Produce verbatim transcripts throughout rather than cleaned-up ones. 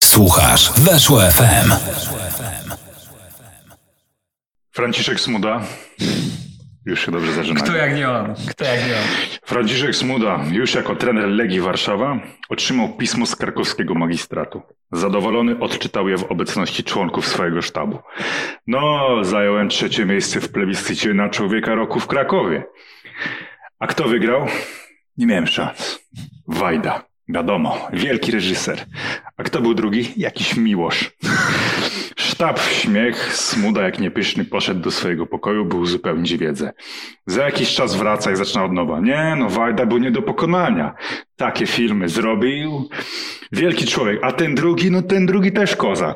Słuchasz Weszło F M. Franciszek Smuda. Już się dobrze zaczyna. Kto jak nie on? Kto jak nie on? Franciszek Smuda, już jako trener Legii Warszawa, otrzymał pismo z krakowskiego magistratu. Zadowolony odczytał je w obecności członków swojego sztabu. No, zająłem trzecie miejsce w plebiscycie na Człowieka Roku w Krakowie. A kto wygrał? Nie miałem szans. Wajda. Wiadomo, wielki reżyser. A kto był drugi? Jakiś Miłosz. Sztab w śmiech, Smuda jak niepyszny poszedł do swojego pokoju, był zupełnić wiedzę. Za jakiś czas wraca i zaczyna od nowa. Nie, no Wajda był nie do pokonania. Takie filmy zrobił. Wielki człowiek. A ten drugi, no ten drugi też kozak.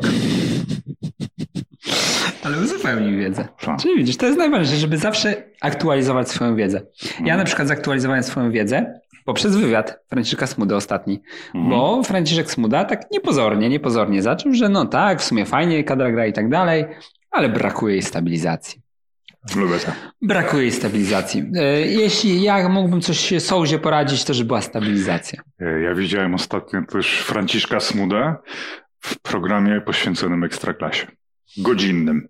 Ale uzupełnił wiedzę. Co? Czyli widzisz, to jest najważniejsze, żeby zawsze aktualizować swoją wiedzę. Ja na przykład zaktualizowałem swoją wiedzę poprzez wywiad Franciszka Smudy ostatni. Mhm. Bo Franciszek Smuda tak niepozornie, niepozornie zaczął, że no tak, w sumie fajnie, kadra gra i tak dalej, ale brakuje jej stabilizacji. Lubię to. Brakuje jej stabilizacji. Jeśli ja mógłbym coś Sołzie poradzić, to żeby była stabilizacja. Ja widziałem ostatnio też Franciszka Smudę w programie poświęconym Ekstraklasie. Godzinnym.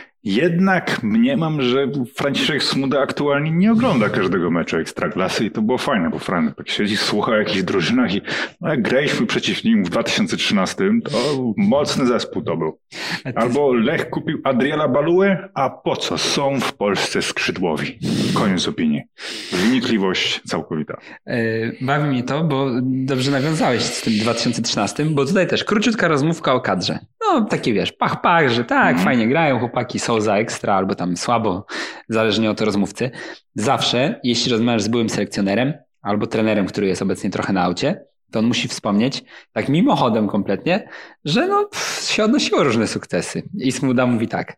Jednak mniemam, że Franciszek Smuda aktualnie nie ogląda każdego meczu Ekstraklasy i to było fajne, bo Franek tak siedzi, słucha o jakichś drużynach i no jak graliśmy przeciw nim w dwa tysiące trzynastym, to mocny zespół to był. Albo Lech kupił Adriela Baluę, a po co? Są w Polsce skrzydłowi. Koniec opinii. Wnikliwość całkowita. Bawi mnie to, bo dobrze nawiązałeś z tym dwa tysiące trzynastym, bo tutaj też króciutka rozmówka o kadrze. No takie wiesz, pach, pach, że tak, mm. fajnie grają chłopaki, są za ekstra albo tam słabo, zależnie od rozmówcy. Zawsze, jeśli rozmawiasz z byłym selekcjonerem albo trenerem, który jest obecnie trochę na aucie, to on musi wspomnieć, tak mimochodem kompletnie, że no pff, się odnosiło różne sukcesy. I Smuda mówi tak,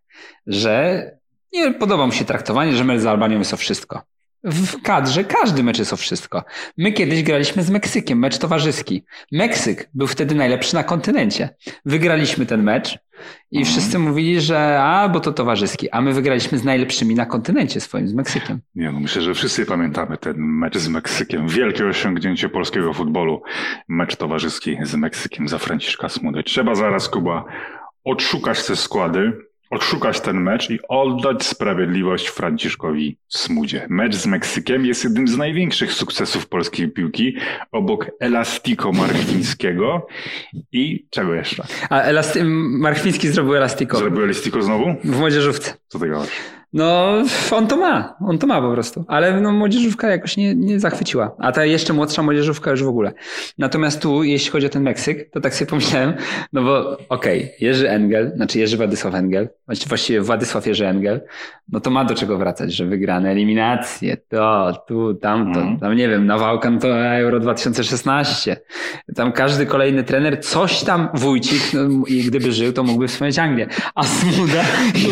że nie podoba mu się traktowanie, że mecz z Albanią jest o wszystko. W kadrze każdy mecz jest o wszystko. My kiedyś graliśmy z Meksykiem, mecz towarzyski. Meksyk był wtedy najlepszy na kontynencie. Wygraliśmy ten mecz i mhm. wszyscy mówili, że a, bo to towarzyski, a my wygraliśmy z najlepszymi na kontynencie swoim, z Meksykiem. Nie, no myślę, że wszyscy pamiętamy ten mecz z Meksykiem. Wielkie osiągnięcie polskiego futbolu. Mecz towarzyski z Meksykiem za Franciszka Smudę. Trzeba zaraz, Kuba, odszukać te składy, odszukać ten mecz i oddać sprawiedliwość Franciszkowi Smudzie. Mecz z Meksykiem jest jednym z największych sukcesów polskiej piłki, obok Elastiko Marchwińskiego i czego jeszcze? A Elasty- Marchwiński zrobił Elastiko. Zrobił Elastiko znowu? W młodzieżówce. Co ty gadasz? No, on to ma. On to ma po prostu. Ale no, młodzieżówka jakoś nie, nie zachwyciła. A ta jeszcze młodsza młodzieżówka już w ogóle. Natomiast tu, jeśli chodzi o ten Meksyk, to tak sobie pomyślałem, no bo okej, okay, Jerzy Engel, znaczy Jerzy Władysław Engel, właściwie Władysław Jerzy Engel, no to ma do czego wracać, że wygrane eliminacje, to, tu, tamto, mm. tam nie wiem, Nawałkan to Euro dwa tysiące szesnaście. Tam każdy kolejny trener, coś tam Wójcik, no, i gdyby żył, to mógłby wspomnieć Anglię. A Smuda,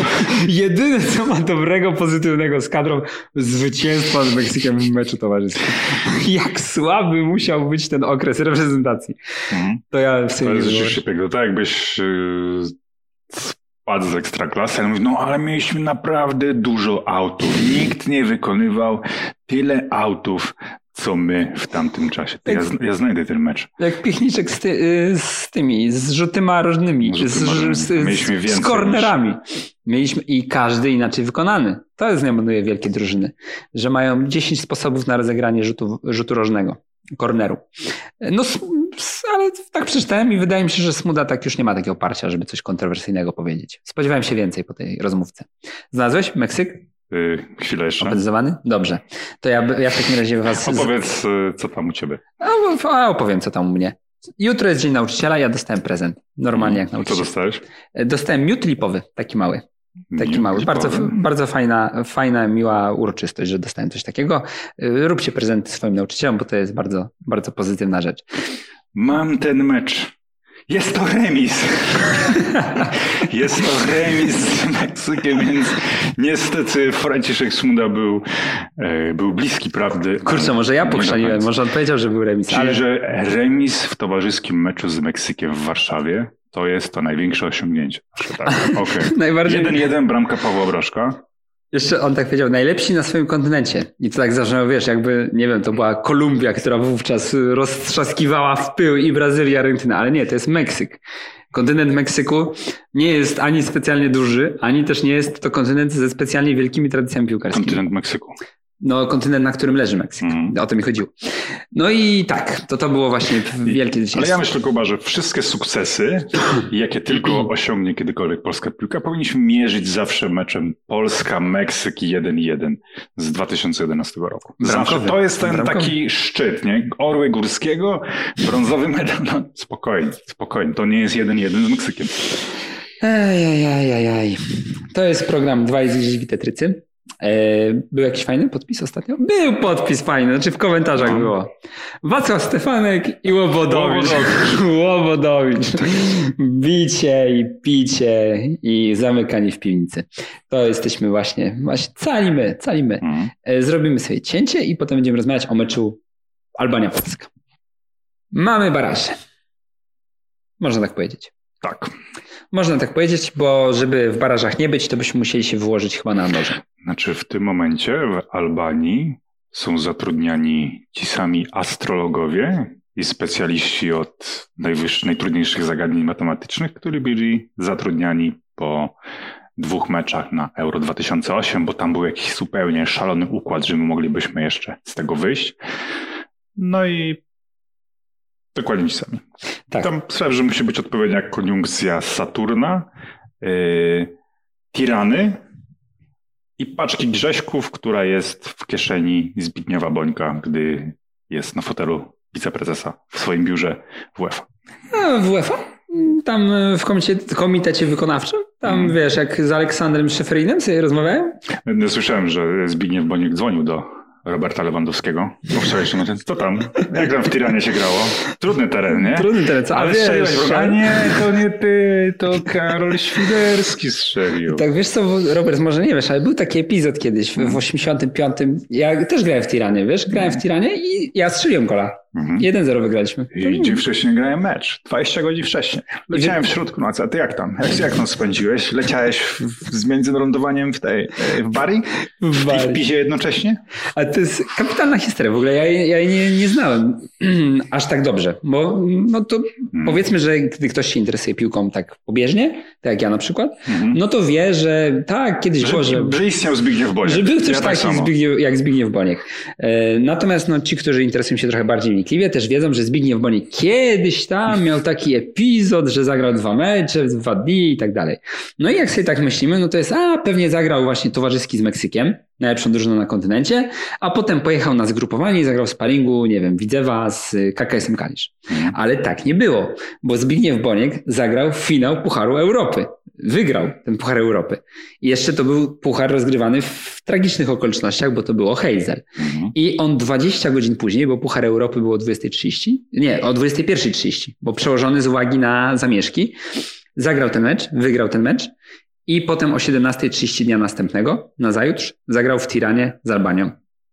jedyne co ma dobrego, pozytywnego z kadrą, zwycięstwa z Meksykiem w meczu towarzyskim. Jak słaby musiał być ten okres reprezentacji. Mm. To ja w sumie to jest nie rzeczywiście piękne. Tak jakbyś yy, spadł z Ekstraklasy, ale mówisz, no ale mieliśmy naprawdę dużo autów. Nikt nie wykonywał tyle autów, co my w tamtym czasie. Ja, ja znajdę ten mecz. Jak piechniczek z, ty, z tymi, z rzutyma różnymi, z, z, z, z kornerami. Mieliśmy i każdy inaczej wykonany. To jest znajduje wielkie drużyny, że mają dziesięć sposobów na rozegranie rzutu, rzutu rożnego, korneru. No ale tak przeczytałem i wydaje mi się, że Smuda tak już nie ma takiego oparcia, żeby coś kontrowersyjnego powiedzieć. Spodziewałem się więcej po tej rozmówce. Znalazłeś Meksyk? Yy, chwilę jeszcze. Oprezowany? Dobrze. To ja, ja w takim razie was... Opowiedz, co tam u ciebie. A, a opowiem, co tam u mnie. Jutro jest Dzień Nauczyciela, ja dostałem prezent. Normalnie jak nauczyciel. Co dostałeś? Dostałem miód lipowy, taki mały. Taki miód mały. Bardzo, bardzo fajna, fajna, miła uroczystość, że dostałem coś takiego. Róbcie prezenty swoim nauczycielom, bo to jest bardzo, bardzo pozytywna rzecz. Mam ten mecz. Jest to remis. Jest to remis z Meksykiem, więc niestety Franciszek Smuda był, e, był bliski prawdy. Kurczę, może ja pochrzaniłem, może on powiedział, że był remis. Czyli, ale... że remis w towarzyskim meczu z Meksykiem w Warszawie to jest to największe osiągnięcie. Tak, okay. Najbardziej... jeden jeden bramka Pawła Brożka. Jeszcze on tak powiedział, najlepsi na swoim kontynencie. I to tak zawsze, wiesz, jakby, nie wiem, to była Kolumbia, która wówczas roztrzaskiwała w pył i Brazylia, Argentyna, ale nie, to jest Meksyk. Kontynent Meksyku nie jest ani specjalnie duży, ani też nie jest to kontynent ze specjalnie wielkimi tradycjami piłkarskimi. Kontynent Meksyku. No, kontynent, na którym leży Meksyk. Mm. O to mi chodziło. No i tak, to to było właśnie wielkie zwycięstwo. Ale ja myślę, Kuba, że wszystkie sukcesy, jakie tylko osiągnie kiedykolwiek polska piłka, powinniśmy mierzyć zawsze meczem Polska-Meksyk jeden jeden z dwa tysiące jedenastego roku. Zawsze. Bramkowy. To jest ten Bramkowy. taki szczyt, nie? Orły Górskiego, brązowy medal. No, spokojnie, spokojnie. To nie jest jeden jeden z Meksykiem. Ejajajajaj. To jest program Dwaj z Tetrycy. Był jakiś fajny podpis ostatnio? Był podpis fajny, znaczy w komentarzach no. było. Wacław Stefanek i Łobodowicz. Łobodowicz. Bicie i picie i zamykanie w piwnicy. To jesteśmy właśnie, właśnie cali my, cali my. Mm. Zrobimy sobie cięcie i potem będziemy rozmawiać o meczu Albania-Polska. Mamy baraże. Można tak powiedzieć. Tak. Można tak powiedzieć, bo żeby w barażach nie być, to byśmy musieli się wyłożyć chyba na noże. Znaczy w tym momencie w Albanii są zatrudniani ci sami astrologowie i specjaliści od najwyższych, najtrudniejszych zagadnień matematycznych, którzy byli zatrudniani po dwóch meczach na Euro dwa tysiące osiem, bo tam był jakiś zupełnie szalony układ, że my moglibyśmy jeszcze z tego wyjść. No i dokładnie ci sami. Tak. Tam sprawia, że musi być odpowiednia koniunkcja Saturna, yy, Tirany i paczki Grześków, która jest w kieszeni Zbigniewa Bońka, gdy jest na fotelu wiceprezesa w swoim biurze w UEFA. A w UEFA? Tam w komitecie, komitecie wykonawczym? Tam hmm. wiesz, jak z Aleksandrem Szeferinem sobie rozmawiałem? Ja słyszałem, że Zbigniew Boniek dzwonił do Roberta Lewandowskiego. Bo wczoraj jeszcze ten, co tam? Jak tam w Tiranie się grało? Trudny teren, nie? Trudny teren, co? Ale strzeliłeś w ogóle? Nie, to nie ty, to Karol Świderski strzelił. Tak, wiesz co, Robert, może nie wiesz, ale był taki epizod kiedyś w, w osiemdziesiątym piątym. Ja też grałem w Tiranie, wiesz? Grałem w Tiranie i ja strzeliłem gola. Mhm. jeden zero wygraliśmy. I dzień wcześniej grałem mecz. dwadzieścia godzin wcześniej. Leciałem w środku. No a ty jak tam? Jak, jak tam spędziłeś? Leciałeś w, w, z międzylądowaniem w tej, w Bari? W Bari. I w Pizie jednocześnie? A to jest kapitalna historia. W ogóle ja, ja jej nie, nie znałem aż tak dobrze. Bo no to hmm. powiedzmy, że gdy ktoś się interesuje piłką tak pobieżnie, tak jak ja na przykład, hmm. no to wie, że tak, kiedyś że, było, że... Że istniał Zbigniew Boniek. Że był też ja taki tak Zbigniew, jak Zbigniew Boniek. Natomiast no, ci, którzy interesują się trochę bardziej wnikliwie, też wiedzą, że Zbigniew Boniek kiedyś tam miał taki epizod, że zagrał dwa mecze, dwa dni i tak dalej. No i jak sobie tak myślimy, no to jest, a pewnie zagrał właśnie towarzyski z Meksykiem, najlepszą drużyną na kontynencie, a potem pojechał na zgrupowanie i zagrał w sparingu, nie wiem, Widzewa z K K S-em Kalisz. Ale tak nie było, bo Zbigniew Boniek zagrał w finał Pucharu Europy. Wygrał ten Puchar Europy. I jeszcze to był puchar rozgrywany w tragicznych okolicznościach, bo to było Heysel. Mhm. I on dwadzieścia godzin później, bo Puchar Europy było o dwudziestej trzydzieści, nie, o dwudziestej pierwszej trzydzieści, bo przełożony z uwagi na zamieszki, zagrał ten mecz, wygrał ten mecz i potem o siedemnastej trzydzieści dnia następnego, nazajutrz, zagrał w Tiranie z Albanią.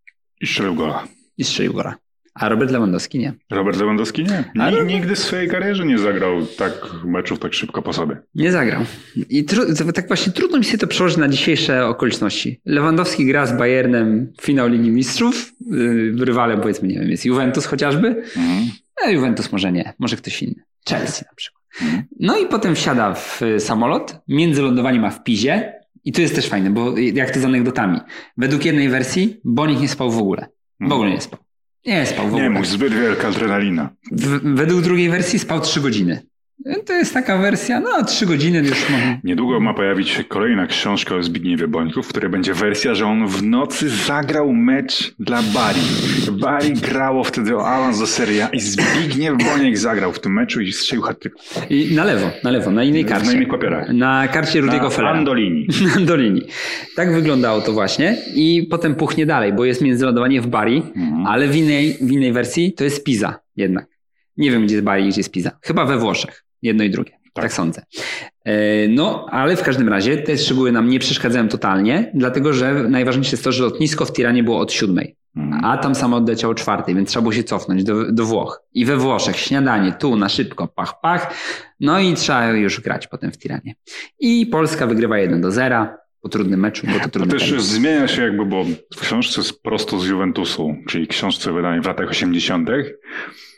I strzelił gola. I strzelił gola. A Robert Lewandowski nie. Robert Lewandowski nie. Ale... Nigdy w swojej karierze nie zagrał tak meczów tak szybko po sobie. Nie zagrał. I tru- tak właśnie trudno mi się to przełożyć na dzisiejsze okoliczności. Lewandowski gra z Bayernem finał Ligi Mistrzów. Yy, rywalem powiedzmy, nie wiem, jest Juventus chociażby. Mhm. A Juventus może nie. Może ktoś inny. Chelsea na przykład. Mhm. No i potem wsiada w samolot. Międzylądowanie ma w Pizie. I tu jest też fajne, bo jak to z anegdotami. Według jednej wersji Bonik nie spał w ogóle. W ogóle nie spał. Nie spał w ogóle. Nie mógł, zbyt wielka adrenalina. W, według drugiej wersji spał trzy godziny. To jest taka wersja, no trzy godziny już mam. Niedługo ma pojawić się kolejna książka o Zbigniewie Bońku, w której będzie wersja, że on w nocy zagrał mecz dla Bari. Bari grało wtedy o awans do Serie A i Zbigniew Boniek zagrał w tym meczu i strzelił hat-trick. I na lewo, na lewo, na innej karcie. Na innych papierach. Na karcie Rudiego Fellera. Andolini. Andolini. Tak wyglądało to właśnie i potem puchnie dalej, bo jest międzylądowanie w Bari, mhm. ale w innej, w innej wersji to jest Pisa jednak. Nie wiem, gdzie jest Bari i gdzie jest Pisa. Chyba we Włoszech. Jedno i drugie. Tak. tak sądzę. No, ale w każdym razie te szczegóły nam nie przeszkadzają totalnie, dlatego że najważniejsze jest to, że lotnisko w Tiranie było od siódmej, hmm. a tam samo odleciał o czwartej, więc trzeba było się cofnąć do, do Włoch. I we Włoszech śniadanie tu na szybko, pach, pach. No i trzeba już grać potem w Tiranie. I Polska wygrywa jeden do zera po trudnym meczu, bo to trudny To też temat. Zmienia się jakby, bo w książce jest prosto z Juventusu, czyli książce wydanej w latach osiemdziesiątych.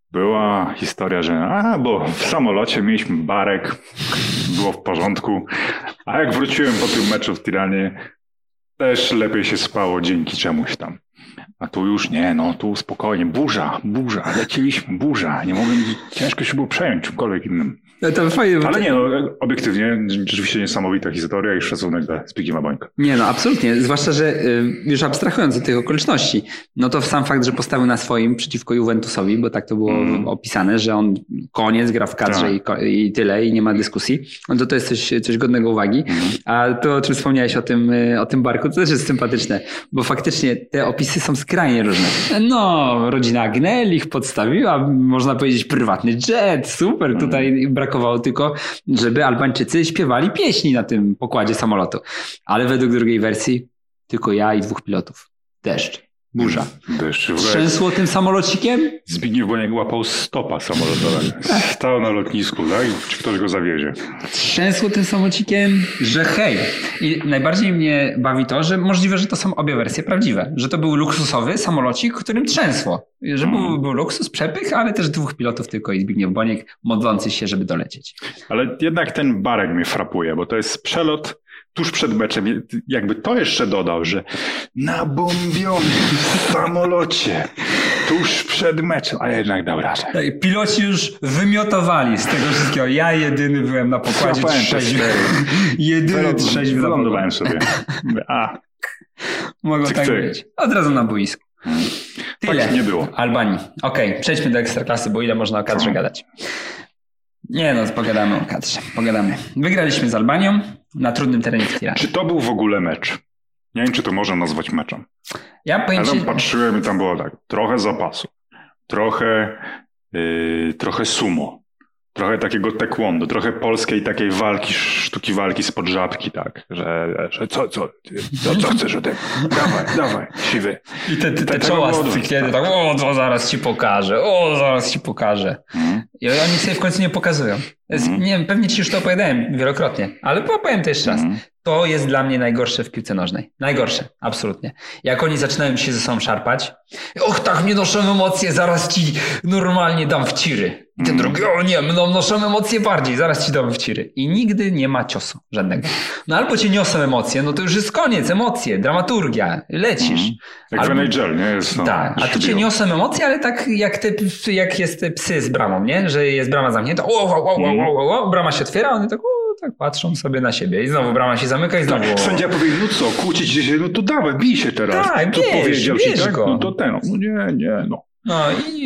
była historia, że a, bo w samolocie mieliśmy barek, było w porządku, a jak wróciłem po tym meczu w Tiranie, też lepiej się spało dzięki czemuś tam. A tu już nie, no tu spokojnie, burza, burza, leciliśmy, burza, nie mogłem, ciężko się było przejąć czymkolwiek innym. No to fajnie, ale nie, no obiektywnie, rzeczywiście niesamowita historia i szacunek dla Zbigniewa Bońka. Nie, no absolutnie, zwłaszcza, że już abstrahując od tych okoliczności, no to sam fakt, że postawił na swoim przeciwko Juventusowi, bo tak to było mm. opisane, że on koniec, gra w kadrze tak. i, i tyle i nie ma dyskusji, no to to jest coś, coś godnego uwagi. Mm. A to, o czym wspomniałeś o tym, o tym barku, to też jest sympatyczne, bo faktycznie te opisy są skrajnie różne. No, rodzina Agnelli ich podstawiła, można powiedzieć prywatny jet, super, mm. tutaj brakowało tylko, żeby Albańczycy śpiewali pieśni na tym pokładzie samolotu. Ale według drugiej wersji tylko ja i dwóch pilotów. Deszcz, burza. Deszcz. Trzęsło tym samolocikiem? Zbigniew Boniek łapał stopa samolotowego. Stał na lotnisku, tak? Czy ktoś go zawiezie? Trzęsło tym samolocikiem, że hej. I najbardziej mnie bawi to, że możliwe, że to są obie wersje prawdziwe. Że to był luksusowy samolocik, którym trzęsło. Że był, hmm. był luksus, przepych, ale też dwóch pilotów tylko i Zbigniew Boniek modlący się, żeby dolecieć. Ale jednak ten barek mnie frapuje, bo to jest przelot tuż przed meczem. Jakby to jeszcze dodał, że na bombionym samolocie tuż przed meczem, a jednak dał radę. Tak, piloci już wymiotowali z tego wszystkiego. Ja jedyny byłem na pokładzie trzeźwy. Jedyny trzeźwy. Wylądowałem sobie. A. Mogło cyk, tak cyk. być. Od razu na boisku. Hmm. Tyle. Tak nie było. Albanii. Okej, okay, przejdźmy do Ekstraklasy, bo ile można o kadrze gadać. Nie no, pogadamy o kadrze. Pogadamy. Wygraliśmy z Albanią na trudnym terenie w Tiranie. Czy to był w ogóle mecz? Nie wiem, czy to można nazwać meczem. Ja powiem ja tam ci... patrzyłem i tam było tak, trochę zapasu, trochę, yy, trochę sumo, trochę takiego taekwondo, trochę polskiej takiej walki, sztuki walki spod żabki, tak, że, że co, co, co, co chcesz ode mnie? Dawaj, dawaj, siwy. I te, te, te czoła styknięte, tak, o, to zaraz ci pokażę, o, zaraz ci pokażę. Mm. I oni sobie w końcu nie pokazują. Jest, mm. Nie wiem, pewnie ci już to opowiadałem wielokrotnie, ale powiem to jeszcze raz. Mm. To jest dla mnie najgorsze w piłce nożnej. Najgorsze, absolutnie. Jak oni zaczynają się ze sobą szarpać, och, tak mnie noszą emocje, zaraz ci normalnie dam w ciry. I ten drugi, o nie, no, noszą emocje bardziej, zaraz ci dam w ciry. I nigdy nie ma ciosu żadnego. No albo cię niosą emocje, no to już jest koniec, emocje, dramaturgia, lecisz. Mm. Jak albo... w N H L, nie? Jest, no, tak, a tu cię niosą emocje, ale tak jak, te, jak jest psy z bramą, nie? Że jest brama zamknięta, o, o, o, o, o, o, brama się otwiera, one tak, o, tak patrzą sobie na siebie i znowu brama się zamyka i znowu... Tak, sędzia powie, no co, kłócić się, no to dawaj, bij się teraz. Tak, to bierz, powiedział bierz ci, tak? go. No to ten, no nie, nie, no. No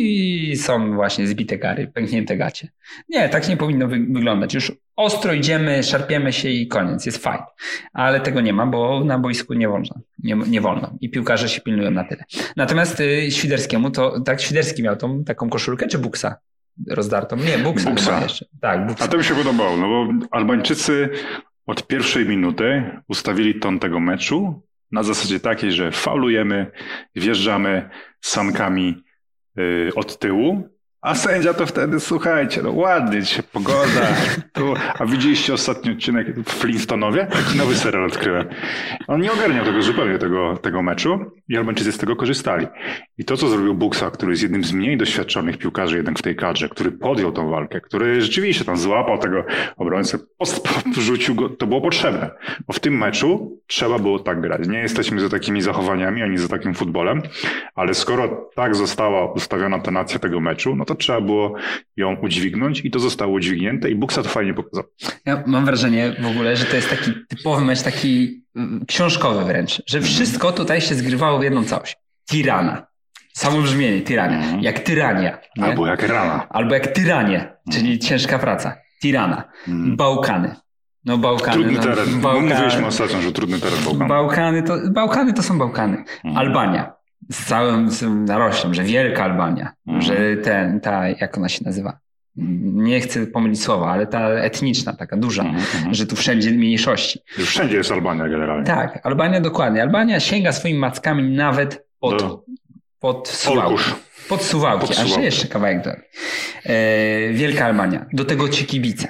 i są właśnie zbite gary, pęknięte gacie. Nie, tak nie powinno wy- wyglądać. Już ostro idziemy, szarpiemy się i koniec, jest fajnie. Ale tego nie ma, bo na boisku nie wolno. Nie, nie wolno. I piłkarze się pilnują na tyle. Natomiast y, Świderskiemu to, tak, Świderski miał tą taką koszulkę czy buksa rozdartą? Nie, buksa. Buksa. Jeszcze. Tak, buksa. A to mi się podobało, no bo Albańczycy od pierwszej minuty ustawili ton tego meczu na zasadzie takiej, że faulujemy, wjeżdżamy sankami yy, od tyłu, a sędzia to wtedy, słuchajcie, no ładnie dzisiaj pogoda. Tu, a widzieliście ostatni odcinek w Flintstonowie? Taki nowy serial odkryłem. On nie ogarniał tego zupełnie, tego, tego meczu i Albańczycy z tego korzystali. I to, co zrobił Buksa, który jest jednym z mniej doświadczonych piłkarzy jednak w tej kadrze, który podjął tą walkę, który rzeczywiście tam złapał tego obrońcę, wrzucił go, to było potrzebne. Bo w tym meczu trzeba było tak grać. Nie jesteśmy za takimi zachowaniami, ani za takim futbolem, ale skoro tak została ustawiona tonacja tego meczu, no to trzeba było ją udźwignąć i to zostało udźwignięte i Buksa to fajnie pokazał. Ja mam wrażenie w ogóle, że to jest taki typowy mecz, taki książkowy wręcz, że wszystko tutaj się zgrywało w jedną całość. Tirana. Samo brzmienie, Tirania. Mm. Jak tyrania. Nie? Albo jak rana. Albo jak tyranie, czyli mm. ciężka praca. Tirana. Mm. Bałkany. No Bałkany. Trudny no, teren. Bałkany. Mówiliśmy ostatnio, że trudny teren Bałkany. Bałkany to, Bałkany to są Bałkany. Mm. Albania. Z całym z naroślem, że Wielka Albania. Mm. Że ten, ta, jak ona się nazywa? Nie chcę pomylić słowa, ale ta etniczna, taka duża, mm-hmm. że tu wszędzie mniejszości. Już wszędzie jest Albania generalnie. Tak, Albania dokładnie. Albania sięga swoimi mackami nawet pod, Do... pod Suwałki. Pod Suwałki, pod aż Suwałki. jeszcze kawałek dalej. E, Wielka Albania. Do tego ci kibice,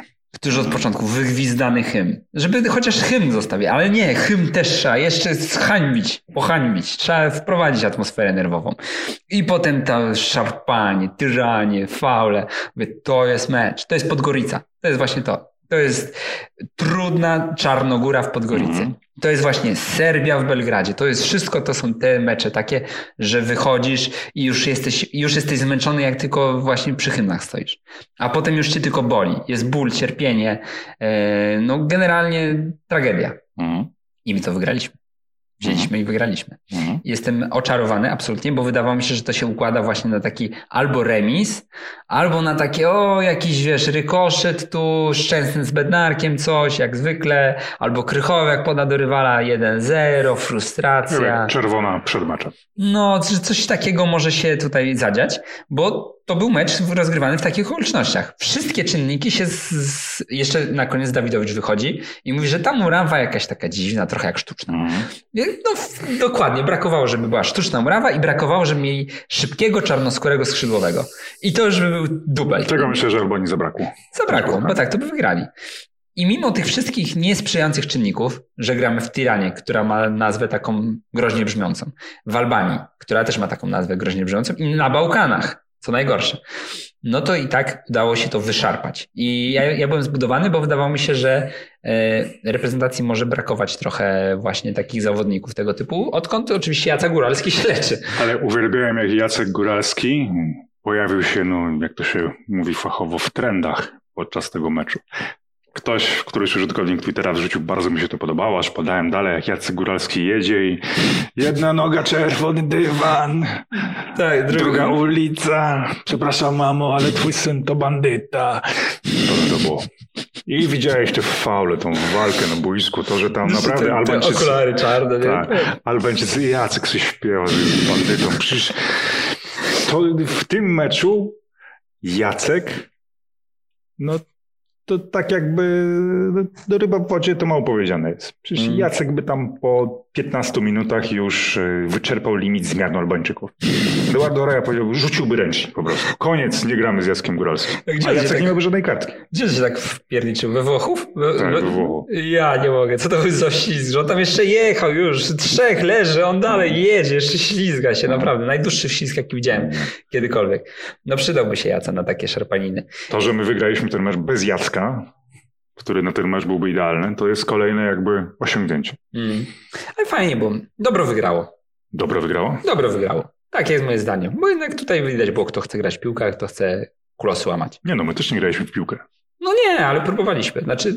którzy od początku wygwizdany hymn. Żeby chociaż hymn zostawić, ale nie, hymn też trzeba jeszcze zhańbić, pohańbić. Trzeba wprowadzić atmosferę nerwową. I potem to szarpanie, tyranie, faule. Mówię, to jest mecz, to jest Podgorica. To jest właśnie to. To jest trudna Czarnogóra w Podgoricy. Mm. To jest właśnie Serbia w Belgradzie. To jest wszystko, to są te mecze takie, że wychodzisz i już jesteś, już jesteś zmęczony, jak tylko właśnie przy hymnach stoisz. A potem już cię tylko boli. Jest ból, cierpienie. No generalnie tragedia. Mm. I my to wygraliśmy. Wzięliśmy i wygraliśmy. Mhm. Jestem oczarowany absolutnie, bo wydawało mi się, że to się układa właśnie na taki albo remis, albo na takie o jakiś wiesz rykoszet tu, Szczęsny z Bednarkiem coś, jak zwykle, albo Krychowiak poda do rywala jeden zero, frustracja. Czerwona przed meczem. No, coś takiego może się tutaj zadziać, bo to był mecz rozgrywany w takich okolicznościach. Wszystkie czynniki się z, z, jeszcze na koniec Dawidowicz wychodzi i mówi, że ta murawa jakaś taka dziwna, trochę jak sztuczna. Mm. No dokładnie, brakowało, żeby była sztuczna murawa i brakowało, żeby mieli szybkiego, czarnoskórego skrzydłowego. I to już by był dubel. Tego myślę, że Albanii zabrakło. Zabrakło, bo tak, to by wygrali. I mimo tych wszystkich niesprzyjających czynników, że gramy w Tiranie, która ma nazwę taką groźnie brzmiącą, w Albanii, która też ma taką nazwę groźnie brzmiącą i na Bałkanach, co najgorsze, no to i tak udało się to wyszarpać. I ja, ja byłem zbudowany, bo wydawało mi się, że e, reprezentacji może brakować trochę właśnie takich zawodników tego typu, odkąd oczywiście Jacek Góralski się leczy. Ale uwielbiałem, jak Jacek Góralski pojawił się, no jak to się mówi fachowo, w trendach podczas tego meczu. Ktoś, któryś użytkownik Twittera wrzucił, bardzo mi się to podobało, aż podałem dalej, jak Jacek Góralski jedzie i jedna noga czerwony dywan, tak, druga, druga ulica, przepraszam mamo, ale twój syn to bandyta. To, to było. I widziałeś te faule, tą walkę na boisku, to, że tam no, naprawdę te, Albańczycy... Te okulary czarne. Tak, Albańczycy, Jacek coś śpiewa z bandytą. Przecież to w tym meczu Jacek, no to tak jakby do ryba w wodzie to mało powiedziane jest. Przecież mm. Jacek by tam po piętnastu minutach już wyczerpał limit zmian Albańczyków. Eduardo Raja powiedział, rzuciłby ręcznik po prostu. Koniec, nie gramy z Jackiem Góralskim. Gdzie A Jacek tak, nie miałby żadnej kartki. Gdzie się tak wpierniczył? We Włochów? We, tak, we Włochów. Ja nie mogę. Co to był za ślizg? On tam jeszcze jechał już. Trzech leży, on dalej jedzie. Jeszcze ślizga się. Naprawdę. Najdłuższy ślizg, jaki widziałem kiedykolwiek. No przydałby się Jaca na takie szarpaniny. To, że my wygraliśmy ten mecz bez Jacka, który na ten mecz byłby idealny, to jest kolejne jakby osiągnięcie. Mm. Ale fajnie, bo dobro wygrało. Dobro wygrało? Dobro wygrało. Takie jest moje zdanie. Bo jednak tutaj widać było, kto chce grać w piłkę, kto chce kulosy łamać. Nie no, my też nie graliśmy w piłkę. No nie, ale próbowaliśmy. Znaczy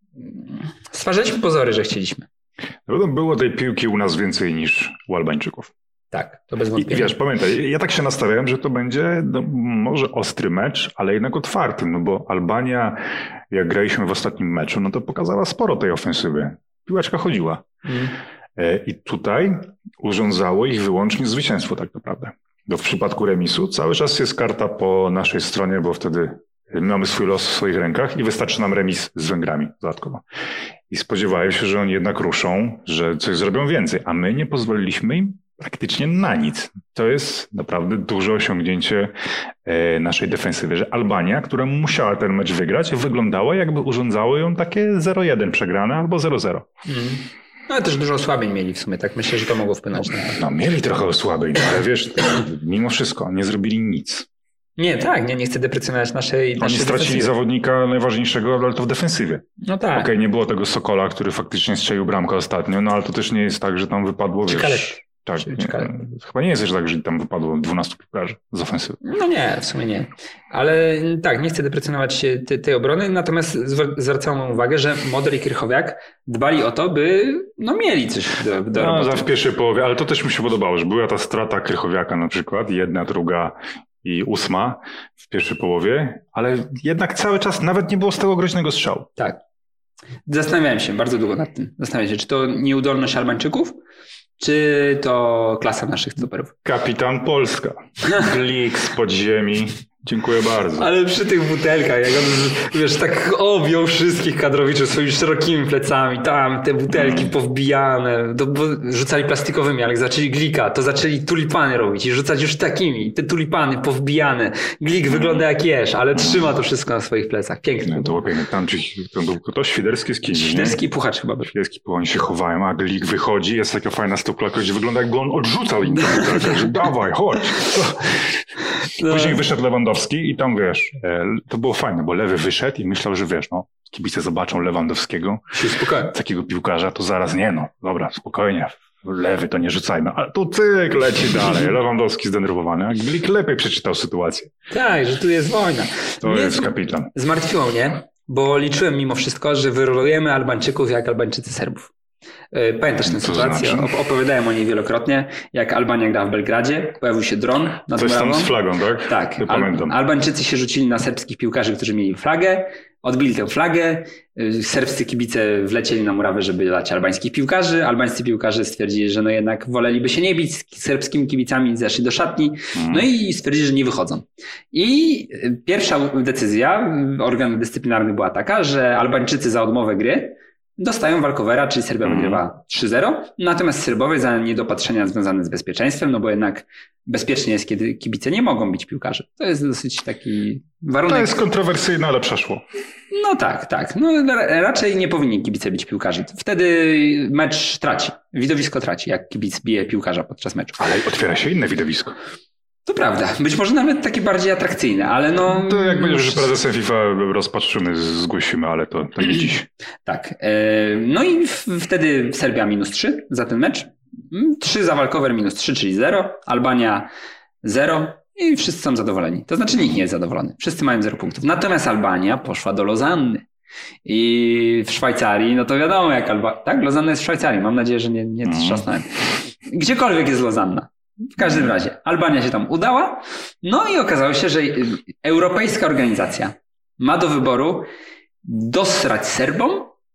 stwarzaliśmy pozory, że chcieliśmy. No, było tej piłki u nas więcej niż u Albańczyków. Tak, to bez wątpienia. I wiesz, pamiętaj, ja tak się nastawiałem, że to będzie no, może ostry mecz, ale jednak otwarty, no bo Albania, jak graliśmy w ostatnim meczu, no to pokazała sporo tej ofensywy. Piłeczka chodziła. Mm. I tutaj urządzało ich wyłącznie zwycięstwo tak naprawdę. No w przypadku remisu cały czas jest karta po naszej stronie, bo wtedy mamy swój los w swoich rękach i wystarczy nam remis z Węgrami dodatkowo. I spodziewałem się, że oni jednak ruszą, że coś zrobią więcej, a my nie pozwoliliśmy im praktycznie na nic. To jest naprawdę duże osiągnięcie naszej defensywy, że Albania, która musiała ten mecz wygrać, wyglądała jakby urządzało ją takie zero jeden przegrane albo zero zero. Mm. No ale też dużo osłabień mieli w sumie, tak? Myślę, że to mogło wpłynąć na to. No mieli trochę osłabień, ale wiesz, mimo wszystko nie zrobili nic. Nie, tak, nie, nie chcę deprecjonować naszej, naszej Oni stracili defensywy. Zawodnika najważniejszego, ale to w defensywie. No tak. Okej, okay, nie było tego Sokola, który faktycznie strzelił bramkę ostatnio, no ale to też nie jest tak, że tam wypadło, wiesz... Ciekawe. Tak, nie, chyba nie jest też tak, że tam wypadło dwunastu piłkarzy z ofensywy. No nie, w sumie nie. Ale tak, nie chcę deprecjonować tej, tej obrony, natomiast zwracałem uwagę, że Moder i Krychowiak dbali o to, by no mieli coś do, do no, roboty. W pierwszej połowie, ale to też mi się podobało, że była ta strata Krychowiaka na przykład, jedna, druga i ósma w pierwszej połowie, ale jednak cały czas nawet nie było z tego groźnego strzału. Tak. Zastanawiałem się bardzo długo nad tym. Zastanawiałem się, czy to nieudolność Albańczyków, czy to klasa naszych stoperów? Kapitan Polska. Glik z podziemi. Dziękuję bardzo. Ale przy tych butelkach, jak on, wiesz, tak objął wszystkich kadrowiczów swoimi szerokimi plecami, tam te butelki powbijane, to, bo rzucali plastikowymi, ale jak zaczęli Glika, to zaczęli tulipany robić i rzucać już takimi, te tulipany powbijane. Glik wygląda jak jesz, ale trzyma to wszystko na swoich plecach. Pięknie. No, to było pięknie. Tam to był to Świderski z kim? Świderski Puchacz chyba był. Świderski Puchacz, oni się chowają, a Glik wychodzi, jest taka fajna stopklanka, gdzie wygląda jakby on odrzucał im. że dawaj, chodź. Później wyszedł Lewandowski i tam wiesz, to było fajne, bo Lewy wyszedł i myślał, że wiesz, no, kibice zobaczą Lewandowskiego, takiego piłkarza, to zaraz nie no, dobra, spokojnie, Lewy to nie rzucajmy, ale tu cyk, leci dalej, Lewandowski zdenerwowany, a Glik lepiej przeczytał sytuację. Tak, że tu jest wojna. To mnie jest kapitan. Zmartwiło mnie, bo liczyłem mimo wszystko, że wyrolujemy Albańczyków jak Albańczycy Serbów. Pamiętasz tę sytuację? Znaczy? Opowiadałem o niej wielokrotnie. Jak Albania gra w Belgradzie, pojawił się dron nad Coś murawą. tam z flagą, tak? Tak. Al- Albańczycy się rzucili na serbskich piłkarzy, którzy mieli flagę, odbili tę flagę. Serbscy kibice wlecieli na murawę, żeby dać albańskich piłkarzy. Albańscy piłkarze stwierdzili, że no jednak woleliby się nie bić z serbskimi kibicami, zeszli do szatni. Hmm. No i stwierdzili, że nie wychodzą. I pierwsza decyzja organów dyscyplinarnych była taka, że Albańczycy za odmowę gry dostają walkowera, czyli Serbia mm. wygrywa trzy zero, natomiast Serbowie za niedopatrzenia związane z bezpieczeństwem, no bo jednak bezpiecznie jest, kiedy kibice nie mogą bić piłkarzy. To jest dosyć taki warunek. To jest kontrowersyjne, ale przeszło. No tak, tak. No raczej nie powinni kibice bić piłkarzy. Wtedy mecz traci, widowisko traci, jak kibic bije piłkarza podczas meczu. Ale otwiera się inne widowisko. To prawda. Być może nawet takie bardziej atrakcyjne, ale no... To jak będziesz że prezesem FIFA rozpatrzymy, zgłosimy, ale to, to nie dziś. Tak. No i wtedy Serbia minus trzy za ten mecz. trzy za walkover minus trzy, czyli zero. Albania zero i wszyscy są zadowoleni. To znaczy nikt nie jest zadowolony. Wszyscy mają zero punktów. Natomiast Albania poszła do Lozanny. I w Szwajcarii, no to wiadomo jak Albania... Tak? Lozanna jest w Szwajcarii. Mam nadzieję, że nie, nie trzasnąłem. Gdziekolwiek jest Lozanna. W każdym razie, Albania się tam udała, no i okazało się, że europejska organizacja ma do wyboru dosrać Serbom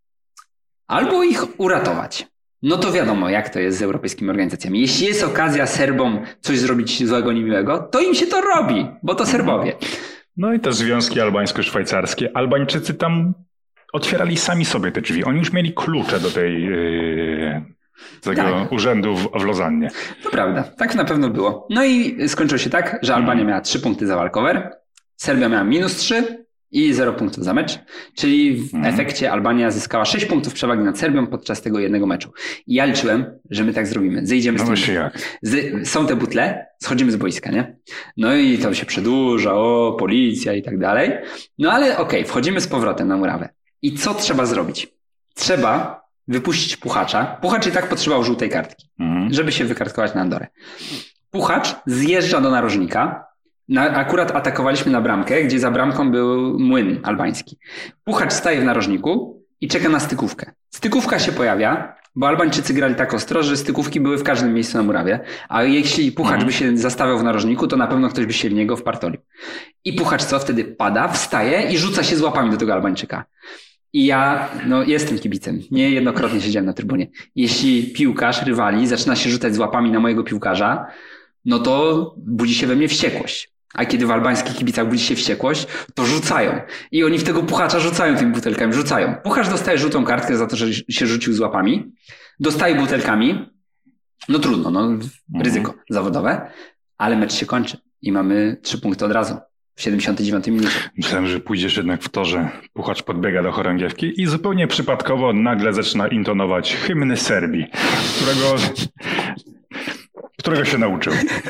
albo ich uratować. No to wiadomo, jak to jest z europejskimi organizacjami. Jeśli jest okazja Serbom coś zrobić złego, niemiłego, to im się to robi, bo to Serbowie. No i te związki albańsko-szwajcarskie. Albańczycy tam otwierali sami sobie te drzwi. Oni już mieli klucze do tej... Yy... tego tak. urzędu w, w Lozannie. To prawda, tak na pewno było. No i skończyło się tak, że Albania miała trzy punkty za walkover, Serbia miała minus trzy i zero punktów za mecz, czyli w mm. efekcie Albania zyskała sześć punktów przewagi nad Serbią podczas tego jednego meczu. I ja liczyłem, że my tak zrobimy. Zejdziemy no z właśnie jak? Z, są te butle, schodzimy z boiska, nie? No i to się przedłuża, o, policja i tak dalej. No ale okej, okay, wchodzimy z powrotem na murawę. I co trzeba zrobić? Trzeba wypuścić Puchacza. Puchacz i tak potrzebował żółtej kartki, mhm. żeby się wykartkować na Andorę. Puchacz zjeżdża do narożnika. Na, akurat atakowaliśmy na bramkę, gdzie za bramką był młyn albański. Puchacz staje w narożniku i czeka na stykówkę. Stykówka się pojawia, bo Albańczycy grali tak ostro, że stykówki były w każdym miejscu na murawie, a jeśli Puchacz mhm. by się zastawiał w narożniku, to na pewno ktoś by się w niego wpartolił. I Puchacz co? Wtedy pada, wstaje i rzuca się z łapami do tego Albańczyka. I ja, no jestem kibicem, niejednokrotnie siedziałem na trybunie. Jeśli piłkarz, rywali, zaczyna się rzucać z łapami na mojego piłkarza, no to budzi się we mnie wściekłość. A kiedy w albańskich kibicach budzi się wściekłość, to rzucają. I oni w tego Puchacza rzucają tymi butelkami, rzucają. Puchacz dostaje żółtą kartkę za to, że się rzucił z łapami. Dostaje butelkami. No trudno, no ryzyko mhm. zawodowe. Ale mecz się kończy i mamy trzy punkty od razu. W siedemdziesiątej dziewiątej minucie. Myślałem, że pójdziesz jednak w torze. Puchacz podbiega do chorągiewki i zupełnie przypadkowo nagle zaczyna intonować hymny Serbii, którego, którego się nauczył.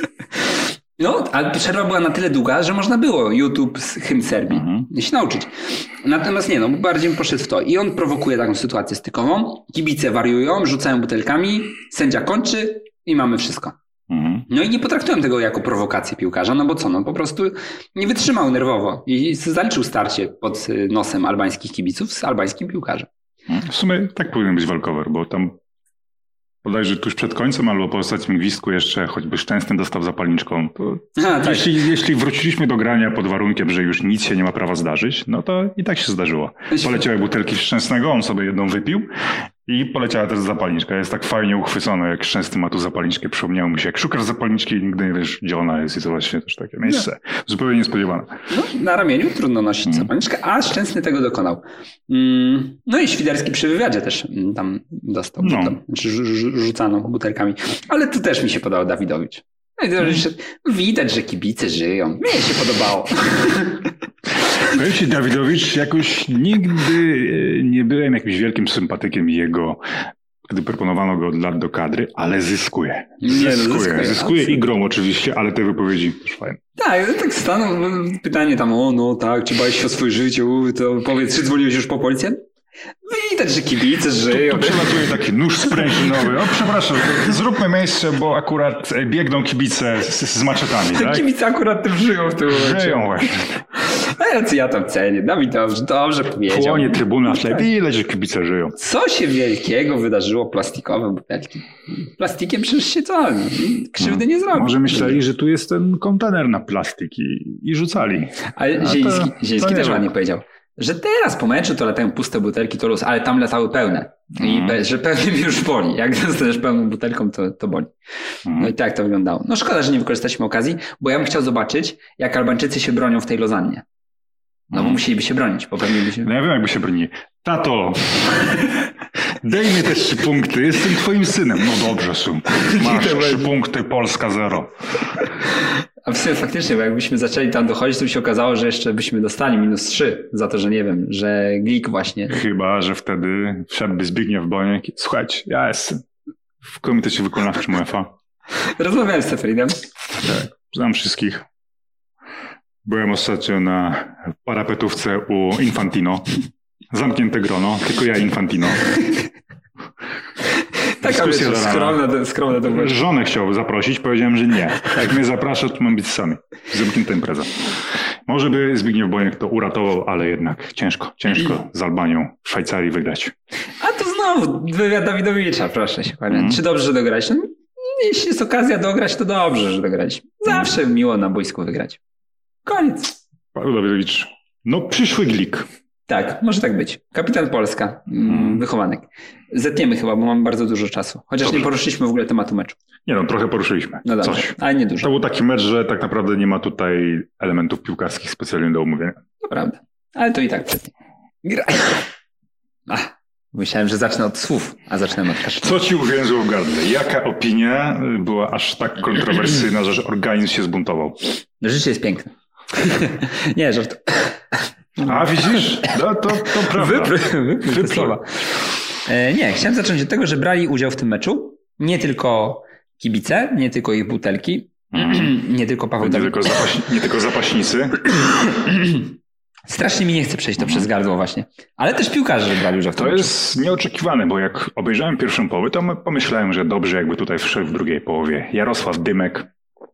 No, ale przerwa była na tyle długa, że można było YouTube z hymn Serbii mhm. się nauczyć. Natomiast nie, no bardziej poszedł w to. I on prowokuje taką sytuację stykową. Kibice wariują, rzucają butelkami, sędzia kończy i mamy wszystko. Mhm. No i nie potraktują tego jako prowokację piłkarza, no bo co, no po prostu nie wytrzymał nerwowo i zaliczył starcie pod nosem albańskich kibiców z albańskim piłkarzem. W sumie tak powinien być walkover, bo tam bodajże tuż przed końcem albo po ostatnim gwizdku jeszcze choćby Szczęsny dostał zapalniczką. To A, tak. jeśli, jeśli wróciliśmy do grania pod warunkiem, że już nic się nie ma prawa zdarzyć, no to i tak się zdarzyło. Poleciały butelki Szczęsnego, on sobie jedną wypił I poleciała też zapalniczka. Jest tak fajnie uchwycona, jak Szczęsny ma tu zapalniczkę. Przypomniało mi się, jak szukasz zapalniczki i nigdy nie wiesz, gdzie ona jest. I to właśnie też takie miejsce. No. Zupełnie niespodziewane. No, na ramieniu trudno nosić mm. zapalniczkę, a Szczęsny tego dokonał. Mm, no i Świderski przy wywiadzie też tam dostał. No. Tam, znaczy rzucano butelkami. Ale tu też mi się podobał Dawidowicz. No i to, że widać, że kibice żyją. Mnie się podobało. Powiem ci, Dawidowicz, jakoś nigdy nie byłem jakimś wielkim sympatykiem jego, gdy proponowano go od lat do kadry, ale zyskuje. Zyskuje, nie, zyskuje, zyskuje i grą oczywiście, ale te wypowiedzi też fajne. Tak, tak stanął pytanie tam, o no tak, czy bałeś się o swoje życie, to powiedz, czy dzwoniłeś już po policję? Widać, że kibice żyją. Tu, tu przelatuje taki nóż sprężynowy. O, przepraszam, zróbmy miejsce, bo akurat biegną kibice z, z maczetami, tak? Kibice akurat tym żyją w tym momencie. Żyją właśnie. A co ja tam cenię? Dawid dobrze, dobrze powiedział. Płonie trybuna, w widać, że kibice żyją. Co się wielkiego wydarzyło plastikowe butelki? Plastikiem przecież się co? Krzywdy nie zrobi. Może myśleli, że tu jest ten kontener na plastik i, i rzucali. Ale A Zieliński, to, Zieliński to też ładnie powiedział, że teraz po meczu to latają puste butelki, to luz, ale tam latały pełne. I mm. że pewnie już boli. Jak dostaniesz pełną butelką, to, to boli. Mm. No i tak to wyglądało. No szkoda, że nie wykorzystaliśmy okazji, bo ja bym chciał zobaczyć, jak Albańczycy się bronią w tej Lozannie. No bo musieliby się bronić, bo pewnie by się... No ja wiem, jakby się bronili. Tato, daj mi te trzy punkty, jestem twoim synem. No dobrze, synku. Masz trzy punkty, Polska zero. A w sumie faktycznie, bo jakbyśmy zaczęli tam dochodzić, to by się okazało, że jeszcze byśmy dostali minus trzy za to, że nie wiem, że Glik właśnie. Chyba, że wtedy wszedłby Zbigniew Boniek. Słuchajcie, ja jestem w komitecie wykonawczym UEFA. Rozmawiałem z Sefridem. Tak, znam wszystkich. Byłem ostatnio na parapetówce u Infantino. Zamknięte grono, tylko ja Infantino. Taka wiecie, skromna, skromna to było. Żonę chciał zaprosić, powiedziałem, że nie. Jak mnie zaprasza, to mam być sami. Zamknięta impreza. Może by Zbigniew Boniek to uratował, ale jednak ciężko, ciężko z Albanią w Szwajcarii wygrać. A to znowu wywiad Dawidowicza, proszę się panie. Mm. Czy dobrze, że dograć? No, jeśli jest okazja dograć, to dobrze, że dograć. Zawsze mm. miło na boisku wygrać. Koniec. Paweł Dawidowicz, no przyszły Glik. Tak, może tak być. Kapitan Polska, hmm. wychowanek. Zetniemy chyba, bo mamy bardzo dużo czasu. Chociaż dobrze. Nie poruszyliśmy w ogóle tematu meczu. Nie no, trochę poruszyliśmy. No dobrze, coś. Ale nie dużo. To był taki mecz, że tak naprawdę nie ma tutaj elementów piłkarskich specjalnie do omówienia. To prawda, ale to i tak przednie. Gra. Ach, myślałem, że zacznę od słów, a zaczynamy od kasztu. Co ci uwięzło w gardle? Jaka opinia była aż tak kontrowersyjna, że organizm się zbuntował? Życie jest piękne. Nie, żart. A widzisz? No to, to prawda. Wypry, wypry słowa. E, nie, chciałem zacząć od tego, że brali udział w tym meczu nie tylko kibice, nie tylko ich butelki, mm. nie tylko Paweł nie, tylko zapaś, nie tylko zapaśnicy. Strasznie mi nie chce przejść to przez gardło właśnie. Ale też piłkarze brali udział w tym To meczu. jest nieoczekiwane, bo jak obejrzałem pierwszą połowę, to pomyślałem, że dobrze jakby tutaj wszedł w drugiej połowie Jarosław Dymek.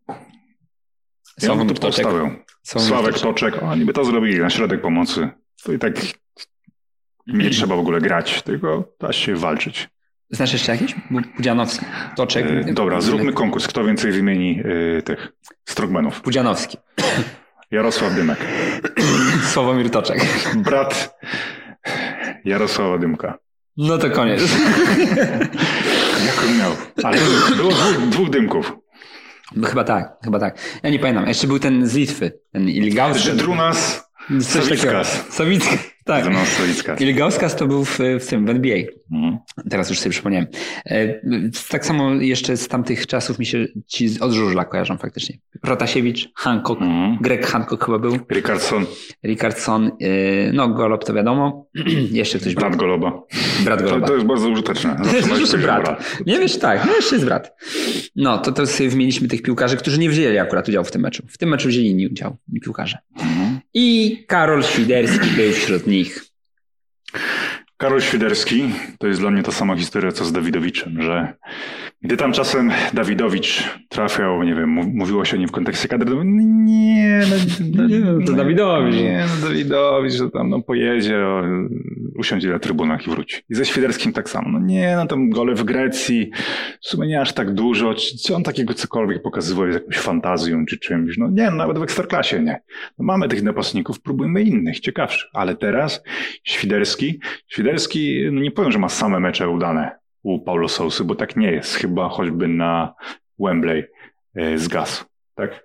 Ja bym to postawił. Sławek Toczek, oni by to zrobili na środek pomocy. To i tak nie trzeba w ogóle grać, tylko da się walczyć. Znasz jeszcze jakiś? Pudzianowski, Toczek. Yy, dobra, zróbmy konkurs. Kto więcej wymieni yy, tych strongmanów? Pudzianowski. Jarosław Dymek. Sławomir Toczek. Brat Jarosława Dymka. No to koniec. Jak on miał? Ale było dwóch, dwóch Dymków. Chyba tak, chyba tak. Ja nie pamiętam. Jeszcze był ten z Litwy, ten Ilgauskas. Żydrunas Sawickas. Sawickas, tak. Sawickas. Ilgauskas to był w, w tym, w N B A. Mhm. Teraz już sobie przypomniałem. E, tak samo jeszcze z tamtych czasów mi się ci od żużla kojarzą faktycznie. Protasiewicz, Hancock, mhm. Greg Hancock chyba był. Rickardson. Rickardson, e, no Golob to wiadomo. Jeszcze ktoś Brat był. Goloba. Brat Goloba. To, to jest bardzo użyteczne. To jest rzeczywiście brat. brat. Nie wiesz, tak, no jeszcze jest brat. No, to, to sobie wymieniliśmy tych piłkarzy, którzy nie wzięli akurat udziału w tym meczu. W tym meczu wzięli inni udział, piłkarze. Mhm. I Karol Świderski był wśród nich. Karol Świderski to jest dla mnie ta sama historia co z Dawidowiczem, że gdy tam czasem Dawidowicz trafiał, nie wiem, mówiło się o nim w kontekście kadry, to nie, no, no, nie, to Dawidowicz. Nie, no Dawidowicz, że tam no, pojedzie, o, usiądzie na trybunach i wróci. I ze Świderskim tak samo. No nie, no tam gole w Grecji, w sumie nie aż tak dużo. Czy, czy on takiego cokolwiek pokazywał z jakąś fantazją czy czymś? No nie, nawet w Ekstraklasie nie. No, mamy tych napastników, próbujmy innych, ciekawszych. Ale teraz Świderski Świderski, no nie powiem, że ma same mecze udane u Paulo Sousy, bo tak nie jest. Chyba choćby na Wembley zgasł, tak?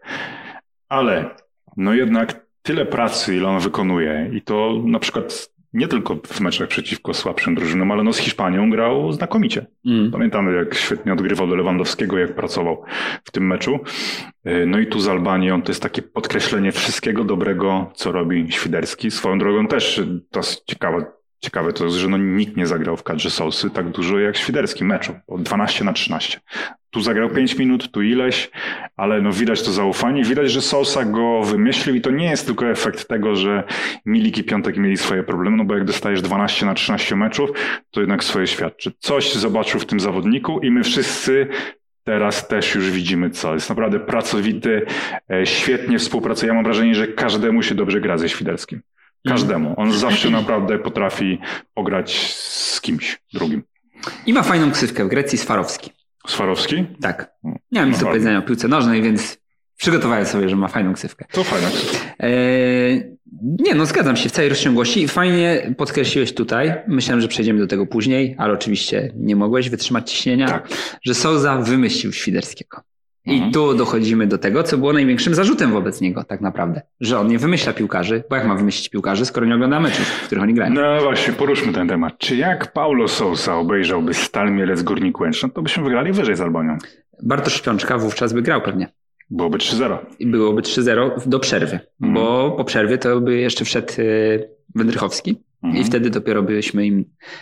Ale no jednak tyle pracy, ile on wykonuje i to na przykład nie tylko w meczach przeciwko słabszym drużynom, ale no z Hiszpanią grał znakomicie. Mm. Pamiętamy, jak świetnie odgrywał do Lewandowskiego, jak pracował w tym meczu. No i tu z Albanią to jest takie podkreślenie wszystkiego dobrego, co robi Świderski. Swoją drogą też to jest ciekawe, ciekawe to jest, że no nikt nie zagrał w kadrze Sousy tak dużo jak Świderski meczu, o dwanaście na trzynaście. Tu zagrał pięć minut, tu ileś, ale no widać to zaufanie, widać, że Sousa go wymyślił i to nie jest tylko efekt tego, że Milik i Piątek mieli swoje problemy, no bo jak dostajesz dwanaście na trzynaście meczów, to jednak swoje świadczy. Coś zobaczył w tym zawodniku i my wszyscy teraz też już widzimy co. Jest naprawdę pracowity, świetnie współpracuje. Ja mam wrażenie, że każdemu się dobrze gra ze Świderskim. Każdemu. On zawsze naprawdę potrafi pograć z kimś drugim. I ma fajną ksywkę w Grecji, Swarowski. Swarowski? Tak. Nie mam nic do powiedzenia o piłce nożnej, więc przygotowałem sobie, że ma fajną ksywkę. To fajna ksywka. Eee, nie, no zgadzam się w całej rozciągłości. Fajnie podkreśliłeś tutaj, myślałem, że przejdziemy do tego później, ale oczywiście nie mogłeś wytrzymać ciśnienia, tak. Że Sousa wymyślił Świderskiego. I mhm. tu dochodzimy do tego, co było największym zarzutem wobec niego tak naprawdę. Że on nie wymyśla piłkarzy, bo jak ma wymyślić piłkarzy, skoro nie ogląda meczów, w których oni grają. No właśnie, poruszmy ten temat. Czy jak Paulo Sousa obejrzałby Stal Mielec Górnik Łęczna, to byśmy wygrali wyżej z Albanią. Bartosz Śpiączka wówczas by grał pewnie. Byłoby trzy zero. Byłoby trzy zero do przerwy, mhm. bo po przerwie to by jeszcze wszedł Wędrychowski mhm. i wtedy dopiero byśmy im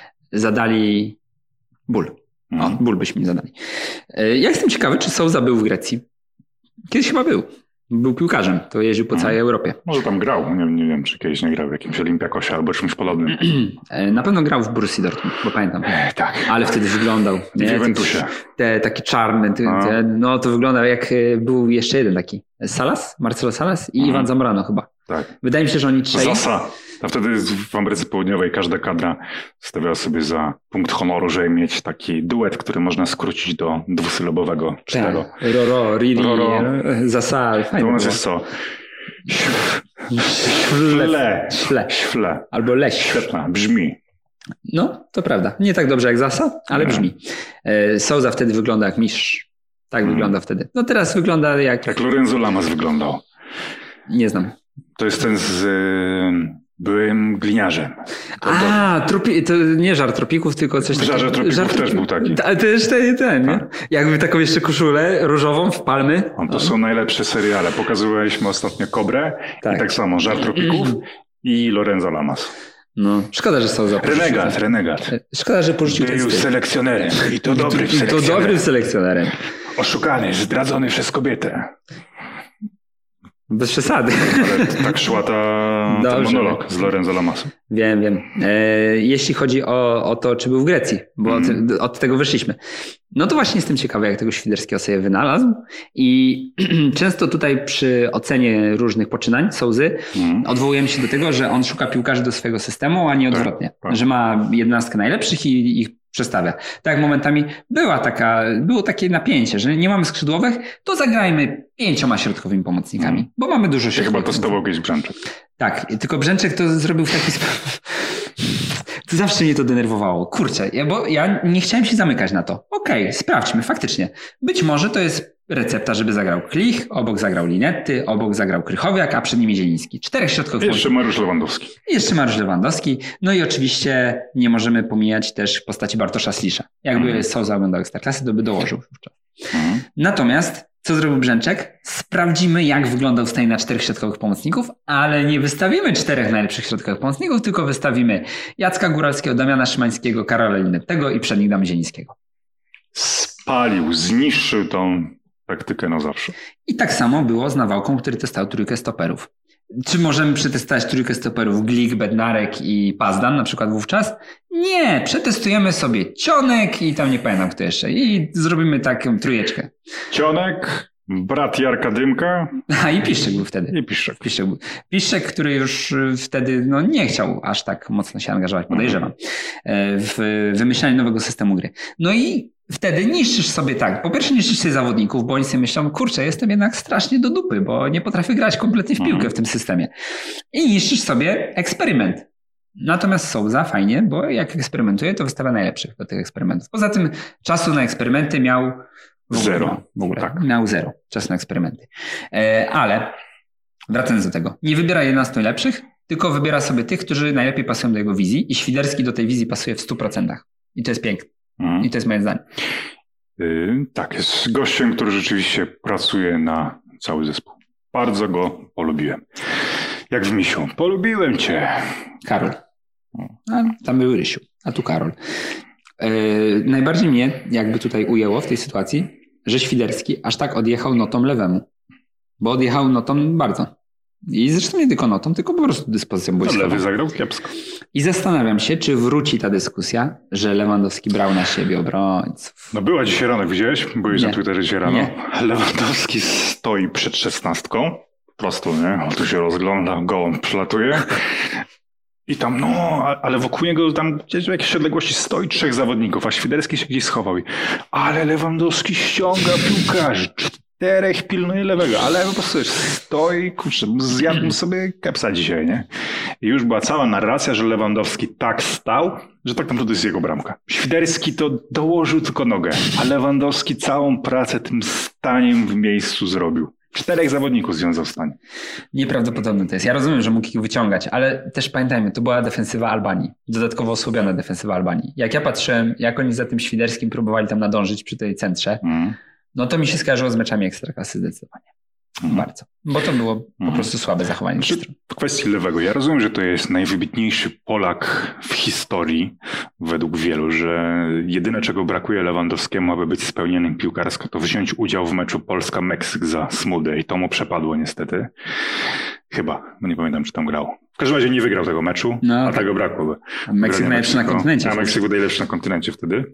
zadali ból. O, ból byśmy mi zadali. Ja jestem ciekawy, czy Sousa był w Grecji. Kiedyś chyba był. Był piłkarzem. To jeździł po całej Europie. Może tam grał. Nie, nie wiem, czy kiedyś nie grał w jakimś Olimpiakosie albo czymś podobnym. Na pewno grał w Borussii Dortmund, bo pamiętam. E, tak. Ale wtedy wyglądał. W Juventusie. Te, taki czarny. Te, te, no to wyglądał jak był jeszcze jeden taki. Salas? Marcelo Salas i Aha. Iwan Zamorano chyba. Tak. Wydaje mi się, że oni trzej... Zasa. A wtedy w Ameryce Południowej każda kadra stawiała sobie za punkt honoru, żeby mieć taki duet, który można skrócić do dwusylabowego cztero. Roro, Riri, Roro. Zasa. To u nas jest co? Śle. Śle. Śle. Albo leś. Świetna, brzmi. No, to prawda. Nie tak dobrze jak Zasa, ale brzmi. Sousa wtedy wygląda jak mistrz. Tak hmm. wygląda wtedy. No teraz wygląda jak... Jak Lorenzo Lamas wyglądał. Nie znam. To jest ten z... Byłem gliniarzem. To A, do... tropi... to nie żar tropików, tylko coś takiego. Żar tropików żar... też był taki. Ale też ten, ten nie? Jakby taką jeszcze koszulę różową w palmy. O, to są najlepsze seriale. Pokazywaliśmy ostatnio Kobrę tak. i tak samo Żar tropików i Lorenzo Lamas. No, szkoda, że są zaproszeni. Renegat, renegat. Szkoda, że porzucił ten styl. Był selekcjonerem i to dobrym I to dobrym selekcjonerem. Oszukany, zdradzony przez kobietę. Bez przesady. Ale tak szła ta, ten monolog z Lorenzo Lamasem. Wiem, wiem. E, jeśli chodzi o, o to, czy był w Grecji, bo mm. od, od tego wyszliśmy. No to właśnie jestem ciekawy, jak tego Świderskiego sobie wynalazł i często tutaj przy ocenie różnych poczynań Sousy mm. odwołujemy się do tego, że on szuka piłkarzy do swojego systemu, a nie odwrotnie. Tak, tak. Że ma jedenastkę najlepszych i ich przestawia. Tak jak momentami była taka, było takie napięcie, że nie mamy skrzydłowych, to zagrajmy pięcioma środkowymi pomocnikami, mm. bo mamy dużo środkowych. Chyba testował kiedyś Brzęczek. Tak, tylko Brzęczek to zrobił w taki sposób. To zawsze mnie to denerwowało. Kurczę, ja, bo ja nie chciałem się zamykać na to. Okej, okay, sprawdźmy, faktycznie. Być może to jest recepta, żeby zagrał Klich, obok zagrał Linetty, obok zagrał Krychowiak, a przed nimi Zieliński. Czterech środkowych. Jeszcze Mariusz Lewandowski. Jeszcze Mariusz Lewandowski. No i oczywiście nie możemy pomijać też postaci Bartosza Slisza. Jakby mm. Sousa oglądał Ekstraklasy, to by dołożył wówczas. Mm. Natomiast co zrobił Brzęczek? Sprawdzimy, jak wyglądał stan na czterech środkowych pomocników, ale nie wystawimy czterech najlepszych środkowych pomocników, tylko wystawimy Jacka Góralskiego, Damiana Szymańskiego, Karola Linettego i przed nich damy Zielińskiego. Spalił, zniszczył tą taktykę na zawsze. I tak samo było z Nawałką, który testował trójkę stoperów. Czy możemy przetestować trójkę stoperów Glik, Bednarek i Pazdan na przykład wówczas? Nie, przetestujemy sobie Cionek i tam nie pamiętam kto jeszcze i zrobimy taką trójeczkę. Cionek, brat Jarka Dymka. A i Piszczek był wtedy. I Piszczek. Piszczek, był. Piszczek, który już wtedy no, nie chciał aż tak mocno się angażować, podejrzewam, w wymyślanie nowego systemu gry. No i wtedy niszczysz sobie tak. Po pierwsze niszczysz sobie zawodników, bo oni sobie myślą, kurczę, jestem jednak strasznie do dupy, bo nie potrafię grać kompletnie w piłkę w tym systemie. I niszczysz sobie eksperyment. Natomiast Souza fajnie, bo jak eksperymentuje, to wystawia najlepszych do tych eksperymentów. Poza tym czasu na eksperymenty miał w ogóle, zero. W ogóle tak. miał zero czasu na eksperymenty. E, ale wracając do tego, nie wybiera jedenastu najlepszych, tylko wybiera sobie tych, którzy najlepiej pasują do jego wizji i Świderski do tej wizji pasuje w stu procentach. I to jest piękne. Mhm. I to jest moje zdanie. Yy, tak, jest gościem, który rzeczywiście pracuje na cały zespół. Bardzo go polubiłem. Jak w Misiu. Polubiłem cię. Karol. A, tam był Rysiu, a tu Karol. Yy, najbardziej mnie jakby tutaj ujęło w tej sytuacji, że Świderski aż tak odjechał notą lewemu. Bo odjechał notą bardzo. I zresztą nie tylko notą, tylko po prostu dyspozycją boiskową. Lewy zagrał kiepsko. I zastanawiam się, czy wróci ta dyskusja, że Lewandowski brał na siebie obrońców. No była dzisiaj rano, widziałeś? Byłeś Nie. na Twitterze dzisiaj rano. Nie. Lewandowski stoi przed szesnastką. Po prostu, nie? On tu się rozgląda, gołąb przelatuje. I tam, no, ale wokół niego tam gdzieś w jakiejś odległości stoi trzech zawodników, a Świderski się gdzieś schował. I, ale Lewandowski ściąga piłkarzy. Czterech pilnuje lewego, ale po prostu stoi, kurczę, zjadł sobie kepsa dzisiaj, nie? I już była cała narracja, że Lewandowski tak stał, że tak naprawdę jest jego bramka. Świderski to dołożył tylko nogę, a Lewandowski całą pracę tym staniem w miejscu zrobił. Czterech zawodników związał w stanie. Nieprawdopodobne to jest. Ja rozumiem, że mógł ich wyciągać, ale też pamiętajmy, to była defensywa Albanii. Dodatkowo osłabiona defensywa Albanii. Jak ja patrzyłem, jak oni za tym Świderskim próbowali tam nadążyć przy tej centrze, mm. no to mi się skojarzyło z meczami Ekstraklasy zdecydowanie. Mm. Bardzo. Bo to było mm. po prostu słabe zachowanie. W kwestii lewego, ja rozumiem, że to jest najwybitniejszy Polak w historii, według wielu, że jedyne, czego brakuje Lewandowskiemu, aby być spełnionym piłkarsko, to wziąć udział w meczu Polska-Meksyk za Smudę i to mu przepadło niestety. Chyba, bo nie pamiętam, czy tam grał. W każdym razie nie wygrał tego meczu, no, a tak. tego brakło. A Meksyk najlepszy na kontynencie. A Meksyk był najlepszy na kontynencie wtedy.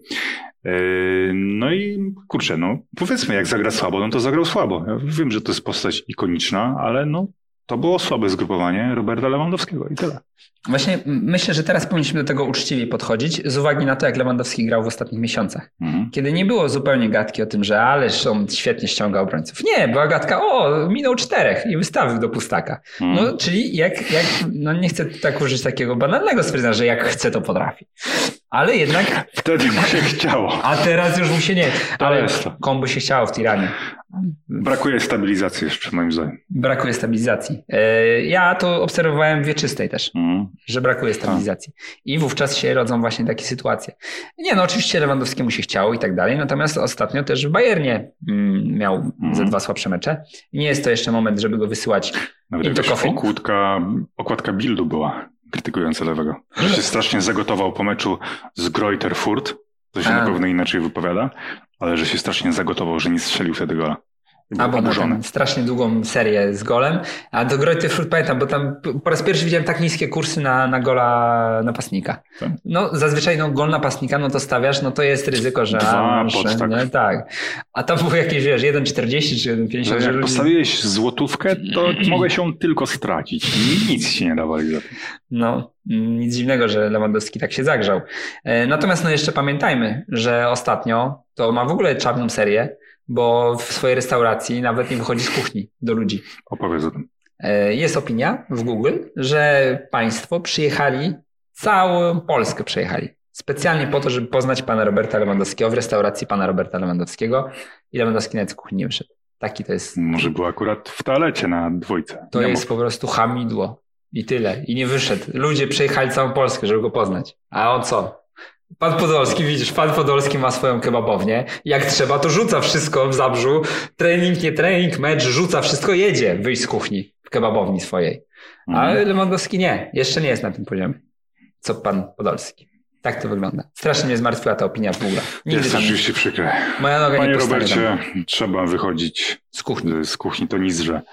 No i kurczę, no powiedzmy, jak zagra słabo, no to zagrał słabo. Ja wiem, że to jest postać ikoniczna, ale no to było słabe zgrupowanie Roberta Lewandowskiego i tyle. Właśnie myślę, że teraz powinniśmy do tego uczciwie podchodzić z uwagi na to, jak Lewandowski grał w ostatnich miesiącach. Mhm. Kiedy nie było zupełnie gadki o tym, że ależ on świetnie ściąga obrońców. Nie, była gadka, o, minął czterech i wystawił do pustaka. Mhm. No, czyli jak, jak, no nie chcę tak użyć takiego banalnego stwierdzenia, że jak chce, to potrafi. Ale jednak... Wtedy mu się chciało. A teraz już mu się nie... Ale komu się chciało w Tiranie. Brakuje stabilizacji jeszcze, moim zdaniem. Brakuje stabilizacji. Ja to obserwowałem w wieczystej też, mm. że brakuje stabilizacji. I wówczas się rodzą właśnie takie sytuacje. Nie, no oczywiście Lewandowskiemu się chciało i tak dalej, natomiast ostatnio też w Bayernie miał mm. ze dwa słabsze mecze. Nie jest to jeszcze moment, żeby go wysyłać Nawet do kofy. Okładka, okładka Bildu była krytykująca lewego. Że się strasznie zagotował po meczu z Greuther Fürth. To się A. na pewno inaczej wypowiada, ale że się strasznie zagotował, że nie strzelił wtedy gola. Albo na ten strasznie długą serię z golem. A do Greuther Fürth pamiętam, bo tam po raz pierwszy widziałem tak niskie kursy na, na gola napastnika. Tak? No zazwyczaj no, gol napastnika, no to stawiasz, no to jest ryzyko, że... Dwa, że pod, tak. Nie, tak. A tam było jakieś, wiesz, jeden czterdzieści czy jeden pięćdziesiąt. Jak postawiłeś złotówkę, to mogłeś ją tylko stracić. Nic ci nie dawali za to. No, nic dziwnego, że Lewandowski tak się zagrzał. Natomiast no jeszcze pamiętajmy, że ostatnio to ma w ogóle czarną serię, bo w swojej restauracji nawet nie wychodzi z kuchni do ludzi. Opowiedz o tym. Jest opinia w Google, że państwo przyjechali, całą Polskę przejechali. Specjalnie po to, żeby poznać pana Roberta Lewandowskiego w restauracji pana Roberta Lewandowskiego i Lewandowski nawet z kuchni nie wyszedł. Taki to jest. Może był akurat w toalecie na dwójce. To nie jest mógł. Po prostu hamidło. I tyle. I nie wyszedł. Ludzie przejechali całą Polskę, żeby go poznać. A on co? Pan Podolski, widzisz, pan Podolski ma swoją kebabownię. Jak trzeba, to rzuca wszystko w Zabrzu. Trening, nie trening, mecz, rzuca wszystko, jedzie wyjść z kuchni w kebabowni swojej. A mhm. Lewandowski nie. Jeszcze nie jest na tym poziomie. Co pan Podolski. Tak to wygląda. Strasznie mnie zmartwiła ta opinia w ogóle. Nigdy jest oczywiście przykre. Moja noga Panie nie Robercie, tam. Trzeba wychodzić z kuchni. Z kuchni to nic, że...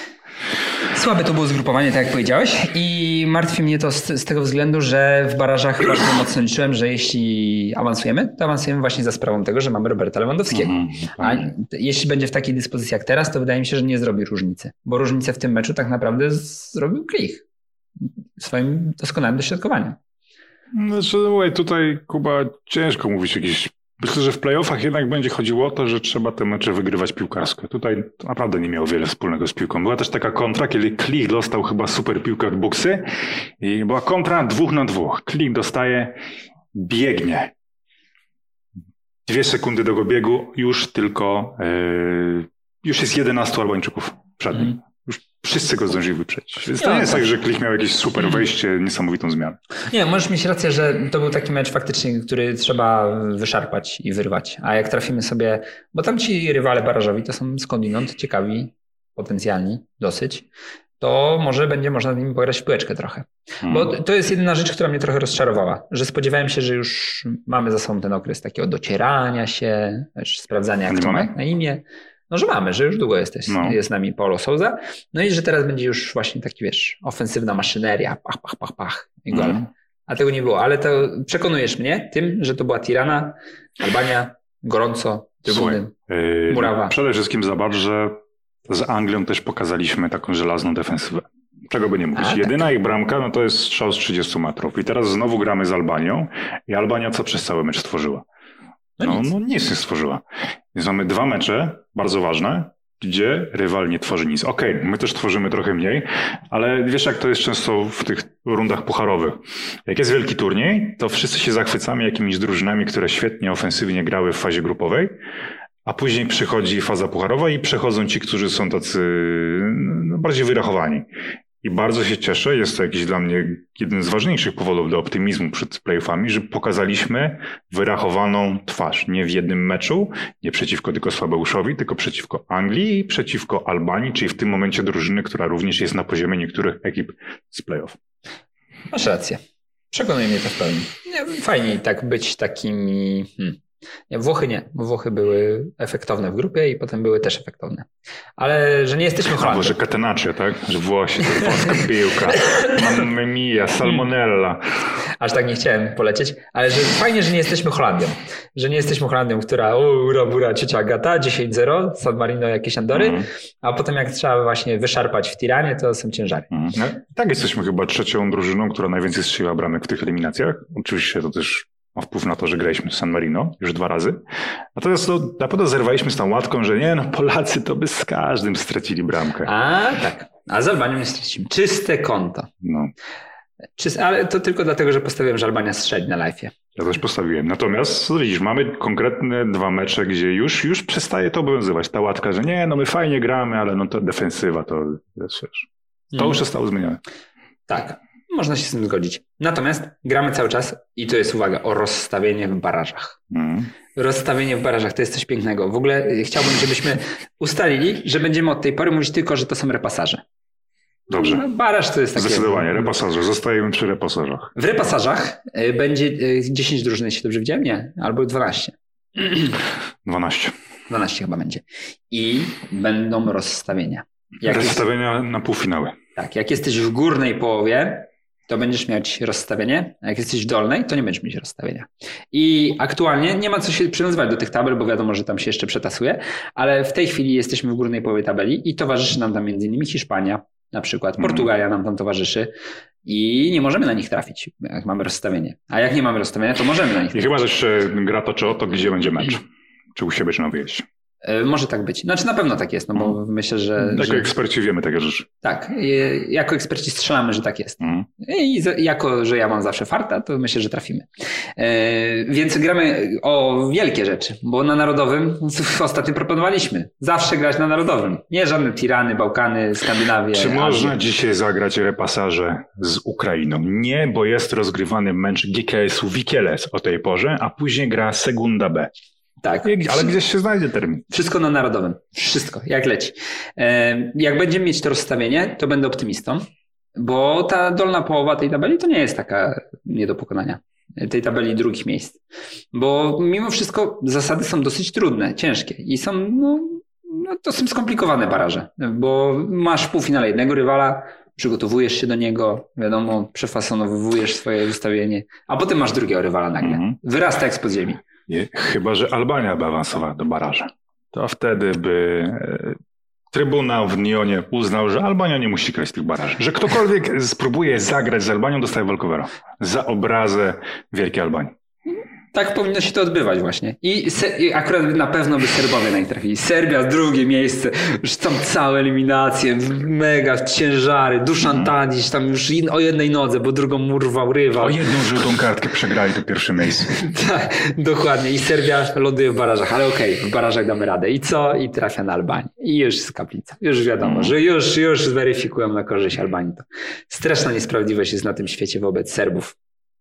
Słabe to było zgrupowanie, tak jak powiedziałeś, i martwi mnie to z, z tego względu, że w barażach bardzo mocno liczyłem, że jeśli awansujemy, to awansujemy właśnie za sprawą tego, że mamy Roberta Lewandowskiego. Mhm, a jeśli będzie w takiej dyspozycji jak teraz, to wydaje mi się, że nie zrobi różnicy, bo różnicę w tym meczu tak naprawdę zrobił Klich swoim doskonałym dośrodkowaniem. Znaczy, tutaj, Kuba, ciężko mówić o jakichś Myślę, że w playoffach jednak będzie chodziło o to, że trzeba te mecze wygrywać piłkarsko. Tutaj to naprawdę nie miało wiele wspólnego z piłką. Była też taka kontra, kiedy Klich dostał chyba super piłkę od Buksy i była kontra dwóch na dwóch. Klich dostaje, biegnie. Dwie sekundy do go biegu, już tylko, yy, już jest jedenastu Albańczyków przed nim. Mm. Już wszyscy go zdążyli wyprzedzić. Więc to nie jest tak, że Klich miał jakieś super wejście, niesamowitą zmianę. Nie, możesz mieć rację, że to był taki mecz faktycznie, który trzeba wyszarpać i wyrwać. A jak trafimy sobie, bo tam ci rywale barażowi to są skądinąd ciekawi, potencjalni dosyć, to może będzie można z nimi pograć w piłeczkę trochę. Hmm. Bo to jest jedyna rzecz, która mnie trochę rozczarowała, że spodziewałem się, że już mamy za sobą ten okres takiego docierania się, wiesz, sprawdzania, jak to ma na imię. No, że mamy, że już długo jesteś, no. Jest z nami Paulo Sousa. No i że teraz będzie już właśnie taki, wiesz, ofensywna maszyneria, pach, pach, pach, pach i gol. Mm. A tego nie było, ale to przekonujesz mnie tym, że to była Tirana, Albania, gorąco, trybuny, yy, murawa. Przede wszystkim zobacz, że z Anglią też pokazaliśmy taką żelazną defensywę. Czego by nie mówić. A, Jedyna tak. ich bramka, no to jest strzał z trzydziestu metrów. I teraz znowu gramy z Albanią i Albania co przez cały mecz stworzyła? No, no nic. no nic nie stworzyła. Więc mamy dwa mecze, bardzo ważne, gdzie rywal nie tworzy nic. Okej, okay, my też tworzymy trochę mniej, ale wiesz jak to jest często w tych rundach pucharowych. Jak jest wielki turniej, to wszyscy się zachwycamy jakimiś drużynami, które świetnie ofensywnie grały w fazie grupowej, a później przychodzi faza pucharowa i przechodzą ci, którzy są tacy no, bardziej wyrachowani. I bardzo się cieszę, jest to jakiś dla mnie jeden z ważniejszych powodów do optymizmu przed playoffami, że pokazaliśmy wyrachowaną twarz. Nie w jednym meczu, nie przeciwko tylko Słabeuszowi, tylko przeciwko Anglii i przeciwko Albanii, czyli w tym momencie drużyny, która również jest na poziomie niektórych ekip z playoff. Masz rację. Przekonuje mnie to w pełni. Fajnie tak być takimi... Hmm. Nie, Włochy nie, bo Włochy były efektowne w grupie i potem były też efektowne. Ale że nie jesteśmy Holandią. Albo że catenaccio, tak? Że Włosi, to polska piłka, mamma mia, salmonella. Aż tak nie chciałem polecieć, ale że fajnie, że nie jesteśmy Holandią. Że nie jesteśmy Holandią, która ura, bura, ciocia Agata, dziesięć zero, San Marino, jakieś Andory, mm. a potem jak trzeba właśnie wyszarpać w Tiranie, to są ciężary. Mm. No, tak, jesteśmy chyba trzecią drużyną, która najwięcej strzeliła bramek w tych eliminacjach. Oczywiście to też ma wpływ na to, że graliśmy w San Marino już dwa razy. Natomiast no, na pewno zerwaliśmy z tą łatką, że nie, no Polacy to by z każdym stracili bramkę. A tak, a z Albanią nie stracimy. Czyste konto. No. Czyste, ale to tylko dlatego, że postawiłem, że Albania strzeli na live'ie. Ja też postawiłem. Natomiast no widzisz, mamy konkretne dwa mecze, gdzie już, już przestaje to obowiązywać. Ta łatka, że nie, no my fajnie gramy, ale no to defensywa, to wiesz, to mm. już zostało zmienione. Tak. Można się z tym zgodzić. Natomiast gramy cały czas i to jest, uwaga, o rozstawienie w barażach. Mm. Rozstawienie w barażach to jest coś pięknego. W ogóle chciałbym, żebyśmy ustalili, że będziemy od tej pory mówić tylko, że to są repasaże. Dobrze. No, baraż to jest takie... Zdecydowanie, repasaże. Zostajemy przy repasażach. W repasażach będzie dziesięć drużyn, jeśli dobrze widziałem? Nie, albo dwanaście. dwanaście. dwanaście chyba będzie. I będą rozstawienia. Jak rozstawienia jest... na półfinały. Tak, jak jesteś w górnej połowie, to będziesz mieć rozstawienie, a jak jesteś w dolnej, to nie będziesz mieć rozstawienia. I aktualnie nie ma co się przywiązywać do tych tabel, bo wiadomo, że tam się jeszcze przetasuje, ale w tej chwili jesteśmy w górnej połowie tabeli i towarzyszy nam tam między innymi Hiszpania, na przykład Portugalia nam tam towarzyszy i nie możemy na nich trafić, jak mamy rozstawienie. A jak nie mamy rozstawienia, to możemy na nich trafić. I chyba, że jeszcze gra toczy o to, gdzie będzie mecz. Czy u siebie, czy na wyjeździe. Może tak być. Znaczy na pewno tak jest, no bo mm. myślę, że... Jako że... eksperci wiemy takie rzeczy. Tak, jako eksperci strzelamy, że tak jest. Mm. I jako, że ja mam zawsze farta, to myślę, że trafimy. E, więc gramy o wielkie rzeczy, bo na Narodowym ostatnio proponowaliśmy zawsze grać na Narodowym. Nie żadne Tirany, Bałkany, Skandynawie. Czy można Azję. dzisiaj zagrać repasaże z Ukrainą? Nie, bo jest rozgrywany mecz G K S-u Wikieles o tej porze, a później gra Segunda B. Tak. Ale gdzieś się znajdzie termin. Wszystko na Narodowym. Wszystko. Jak leci. Jak będziemy mieć to rozstawienie, to będę optymistą, bo ta dolna połowa tej tabeli to nie jest taka nie do pokonania. Tej tabeli drugich miejsc. Bo mimo wszystko zasady są dosyć trudne, ciężkie i są, no, no to są skomplikowane baraże, bo masz w półfinale jednego rywala, przygotowujesz się do niego, wiadomo, przefasonowujesz swoje ustawienie, a potem masz drugiego rywala nagle. Mhm. Wyrasta jak z podziemi. Nie, chyba że Albania by awansowała do baraża. To wtedy by e, Trybunał w Nionie uznał, że Albania nie musi grać tych baraży. Że ktokolwiek spróbuje zagrać z Albanią, dostaje walkowerą. Za obrazę Wielkiej Albanii. Tak powinno się to odbywać właśnie. I, se- i akurat na pewno by Serbowie na nich trafili. Serbia drugie miejsce, już tam całe eliminacje, mega ciężary, Dušan Tadić tam już o jednej nodze, bo drugą mu rwał rywal. O jedną żółtą kartkę przegrali to pierwsze miejsce. Tak, dokładnie. I Serbia ląduje w barażach, ale okej, okay, w barażach damy radę. I co? I trafia na Albanię. I już z kaplica. Już wiadomo, mm. że już, już zweryfikują na korzyść Albanii. To straszna niesprawiedliwość jest na tym świecie wobec Serbów.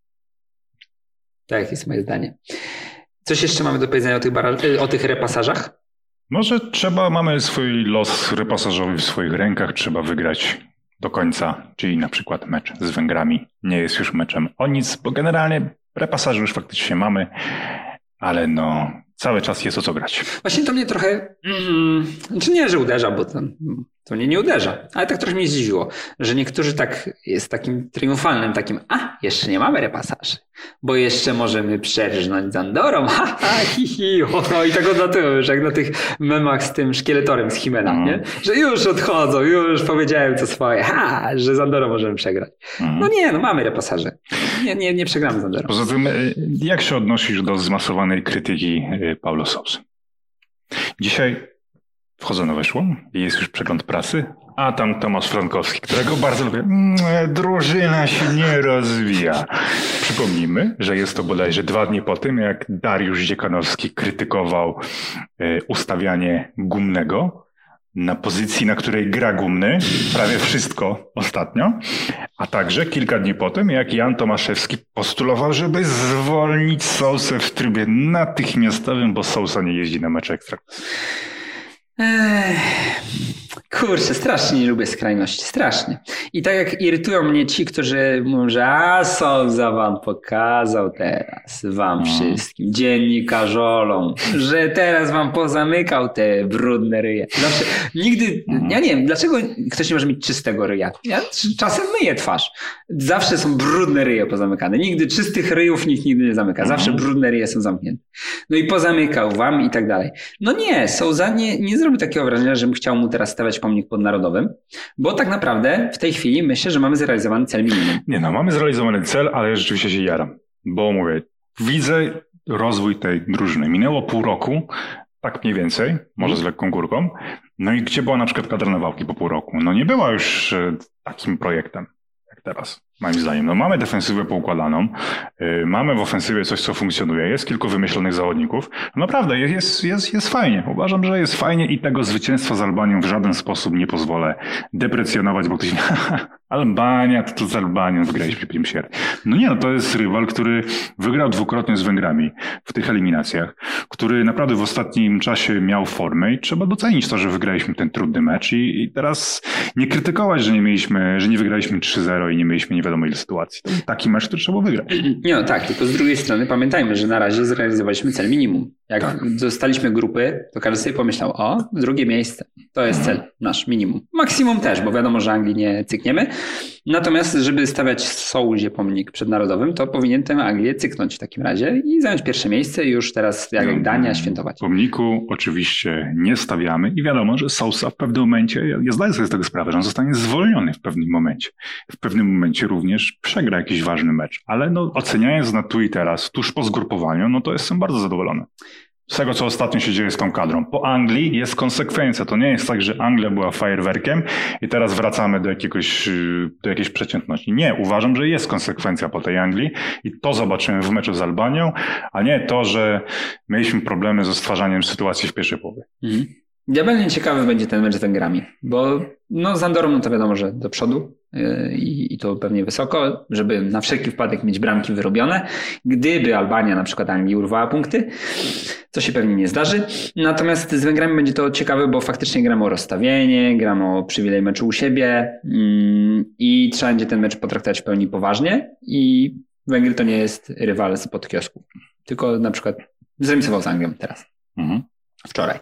Tak jest moje zdanie. Coś jeszcze mamy do powiedzenia o tych, baraż- o tych repasażach? Może trzeba, mamy swój los repasażowy w swoich rękach, trzeba wygrać do końca, czyli na przykład mecz z Węgrami nie jest już meczem o nic, bo generalnie repasaże już faktycznie mamy, ale no cały czas jest o co grać. Właśnie to mnie trochę, mm, znaczy nie, że uderza, bo to, to mnie nie uderza, ale tak trochę mnie zdziwiło, że niektórzy tak jest takim triumfalnym, takim, a jeszcze nie mamy repasaży, bo jeszcze możemy przerżnąć z Andorą, ha, ha, hi, hi, ho, no i tak odlatują już, jak na tych memach z tym szkieletorem z Himena, mm. nie? Że już odchodzą, już powiedziałem co swoje, ha, że z Andorą możemy przegrać. Mm. No nie, no mamy repasaże, nie, nie, nie przegramy z Andorą. Poza tym, jak się odnosisz do zmasowanej krytyki Paulo Sousy? Dzisiaj wchodzę na Weszło i jest już przegląd prasy, a tam Tomasz Frankowski, którego bardzo lubię. Drużyna się nie rozwija. Przypomnijmy, że jest to bodajże dwa dni po tym, jak Dariusz Dziekanowski krytykował ustawianie Gumnego na pozycji, na której gra Gumny, prawie wszystko ostatnio, a także kilka dni po tym, jak Jan Tomaszewski postulował, żeby zwolnić Sousę w trybie natychmiastowym, bo Sousa nie jeździ na mecze Ekstraklasy. Ech, kurczę, strasznie nie lubię skrajności, strasznie. I tak jak irytują mnie ci, którzy mówią, że a Sousa wam pokazał teraz, wam no. wszystkim, dziennikarzolom, że teraz wam pozamykał te brudne ryje. Zawsze, nigdy, mhm. ja nie wiem, dlaczego ktoś nie może mieć czystego ryja. Ja czasem myję twarz. Zawsze są brudne ryje pozamykane. Nigdy czystych ryjów nikt nigdy nie zamyka. Zawsze mhm. brudne ryje są zamknięte. No i pozamykał wam i tak dalej. No nie, Sousa nie, nie zrobił takiego wrażenia, żebym chciał mu teraz stawiać pomnik pod Narodowym, bo tak naprawdę w tej chwili myślę, że mamy zrealizowany cel minimum. Nie no, mamy zrealizowany cel, ale ja rzeczywiście się jaram, bo mówię, widzę rozwój tej drużyny. Minęło pół roku, tak mniej więcej, może z lekką górką, no i gdzie była na przykład kadra Nawałki po pół roku? No nie była już takim projektem jak teraz, moim zdaniem. No mamy defensywę poukładaną, yy, mamy w ofensywie coś, co funkcjonuje, jest kilku wymyślonych zawodników. No naprawdę, jest, jest, jest fajnie. Uważam, że jest fajnie i tego zwycięstwa z Albanią w żaden sposób nie pozwolę deprecjonować, bo ktoś Albania, to, to z Albanią wygraliśmy Primsier. No nie, no to jest rywal, który wygrał dwukrotnie z Węgrami w tych eliminacjach, który naprawdę w ostatnim czasie miał formę i trzeba docenić to, że wygraliśmy ten trudny mecz i, i teraz nie krytykować, że nie mieliśmy, że nie wygraliśmy trzy zero i nie mieliśmy nie wiadomo ile sytuacji. To był taki mecz, który trzeba wygrać. Nie, no tak, tylko z drugiej strony pamiętajmy, że na razie zrealizowaliśmy cel minimum. Jak tak. dostaliśmy grupy, to każdy sobie pomyślał, o, drugie miejsce, to jest cel nasz minimum. Maksimum też, bo wiadomo, że Anglii nie cykniemy. Natomiast, żeby stawiać Sousie pomnik przed Narodowym, to powinien tę Anglię cyknąć w takim razie i zająć pierwsze miejsce i już teraz, jak, jak Dania, świętować. Pomniku oczywiście nie stawiamy i wiadomo, że Sousa w pewnym momencie, ja zdaję sobie z tego sprawę, że on zostanie zwolniony w pewnym momencie. W pewnym momencie również przegra jakiś ważny mecz, ale no, oceniając na tu i teraz, tuż po zgrupowaniu, no to jestem bardzo zadowolony. Z tego, co ostatnio się dzieje z tą kadrą. Po Anglii jest konsekwencja. To nie jest tak, że Anglia była fajerwerkiem i teraz wracamy do jakiegoś, do jakiejś przeciętności. Nie, uważam, że jest konsekwencja po tej Anglii i to zobaczymy w meczu z Albanią, a nie to, że mieliśmy problemy ze stwarzaniem sytuacji w pierwszej połowie. Mhm. Ja będę ciekawy będzie ten mecz z Węgrami, bo no z Andorą no to wiadomo, że do przodu i, i to pewnie wysoko, żeby na wszelki wypadek mieć bramki wyrobione. Gdyby Albania na przykład Anglii urwała punkty, co się pewnie nie zdarzy. Natomiast z Węgrami będzie to ciekawe, bo faktycznie gramy o rozstawienie, gramy o przywilej meczu u siebie mm, i trzeba będzie ten mecz potraktować w pełni poważnie i Węgry to nie jest rywal spod kiosku, tylko na przykład zremisował z Anglią teraz. Mhm. Wczoraj.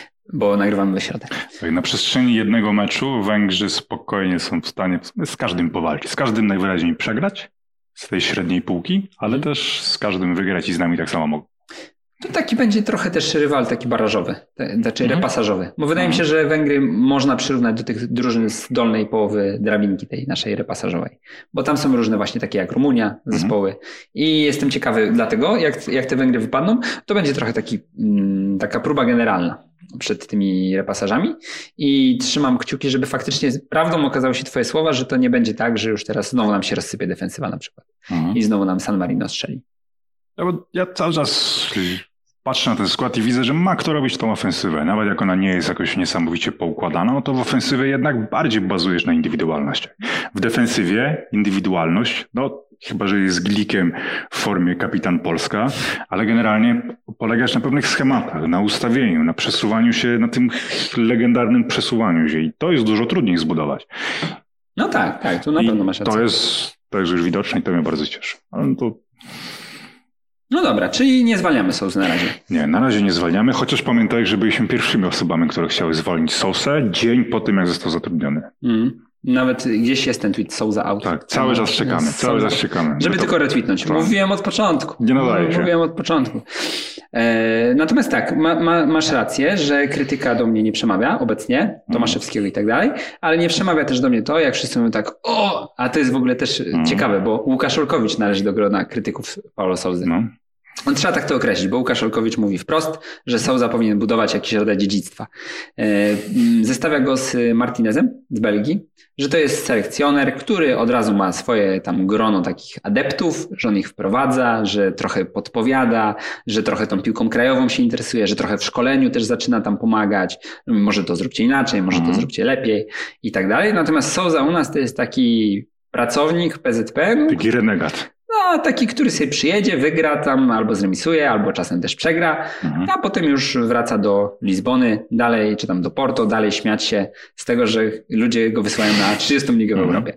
Bo nagrywamy we środę. Na przestrzeni jednego meczu Węgrzy spokojnie są w stanie z każdym powalczyć. Z każdym najwyraźniej przegrać z tej średniej półki, ale też z każdym wygrać i z nami tak samo mogą. To taki będzie trochę też rywal taki barażowy, znaczy Mhm. repasażowy. Bo wydaje mi się, że Węgry można przyrównać do tych drużyn z dolnej połowy drabinki tej naszej repasażowej. Bo tam są różne właśnie takie jak Rumunia, zespoły. Mhm. I jestem ciekawy dlatego, jak, jak te Węgry wypadną, to będzie trochę taki, mm, taka próba generalna przed tymi repasażami i trzymam kciuki, żeby faktycznie prawdą okazały się twoje słowa, że to nie będzie tak, że już teraz znowu nam się rozsypie defensywa na przykład mhm. i znowu nam San Marino strzeli. Ja, bo ja cały czas patrzę na ten skład i widzę, że ma kto robić tą ofensywę. Nawet jak ona nie jest jakoś niesamowicie poukładana, no to w ofensywie jednak bardziej bazujesz na indywidualnościach. W defensywie indywidualność, no chyba, że jest glikiem w formie kapitan Polska, ale generalnie polegasz na pewnych schematach, na ustawieniu, na przesuwaniu się, na tym legendarnym przesuwaniu się i to jest dużo trudniej zbudować. No tak, tak, tu na I pewno masz rację. To jest, to jest już widoczne i to mnie bardzo cieszy. Ale to... No dobra, czyli nie zwalniamy Sousy na razie. Nie, na razie nie zwalniamy, chociaż pamiętaj, że byliśmy pierwszymi osobami, które chciały zwolnić Sousę dzień po tym, jak został zatrudniony. Mm. Nawet gdzieś jest ten tweet Sousa out. Tak, cały czas czekamy, cały czas czekamy. Żeby to... tylko retweetnąć. Mówiłem od początku. Nie nadaje się. Mówiłem od początku. E, natomiast tak, ma, ma, masz rację, że krytyka do mnie nie przemawia obecnie, Tomaszewskiego i tak dalej, ale nie przemawia też do mnie to, jak wszyscy mówią tak, o, a to jest w ogóle też mm. ciekawe, bo Łukasz Olkowicz należy do grona krytyków Paulo Sousy. No. On trzeba tak to określić, bo Łukasz Olkowicz mówi wprost, że Sousa powinien budować jakiś rodzaj dziedzictwa. Zestawia go z Martinezem z Belgii, że to jest selekcjoner, który od razu ma swoje tam grono takich adeptów, że on ich wprowadza, że trochę podpowiada, że trochę tą piłką krajową się interesuje, że trochę w szkoleniu też zaczyna tam pomagać. Może to zróbcie inaczej, może to zróbcie lepiej i tak dalej. Natomiast Sousa u nas to jest taki pracownik P Z P. Taki renegat. No, taki, który sobie przyjedzie, wygra tam, albo zremisuje, albo czasem też przegra, mhm. a potem już wraca do Lizbony dalej, czy tam do Porto, dalej śmiać się z tego, że ludzie go wysyłają na trzydziestą ligę w mhm. Europie.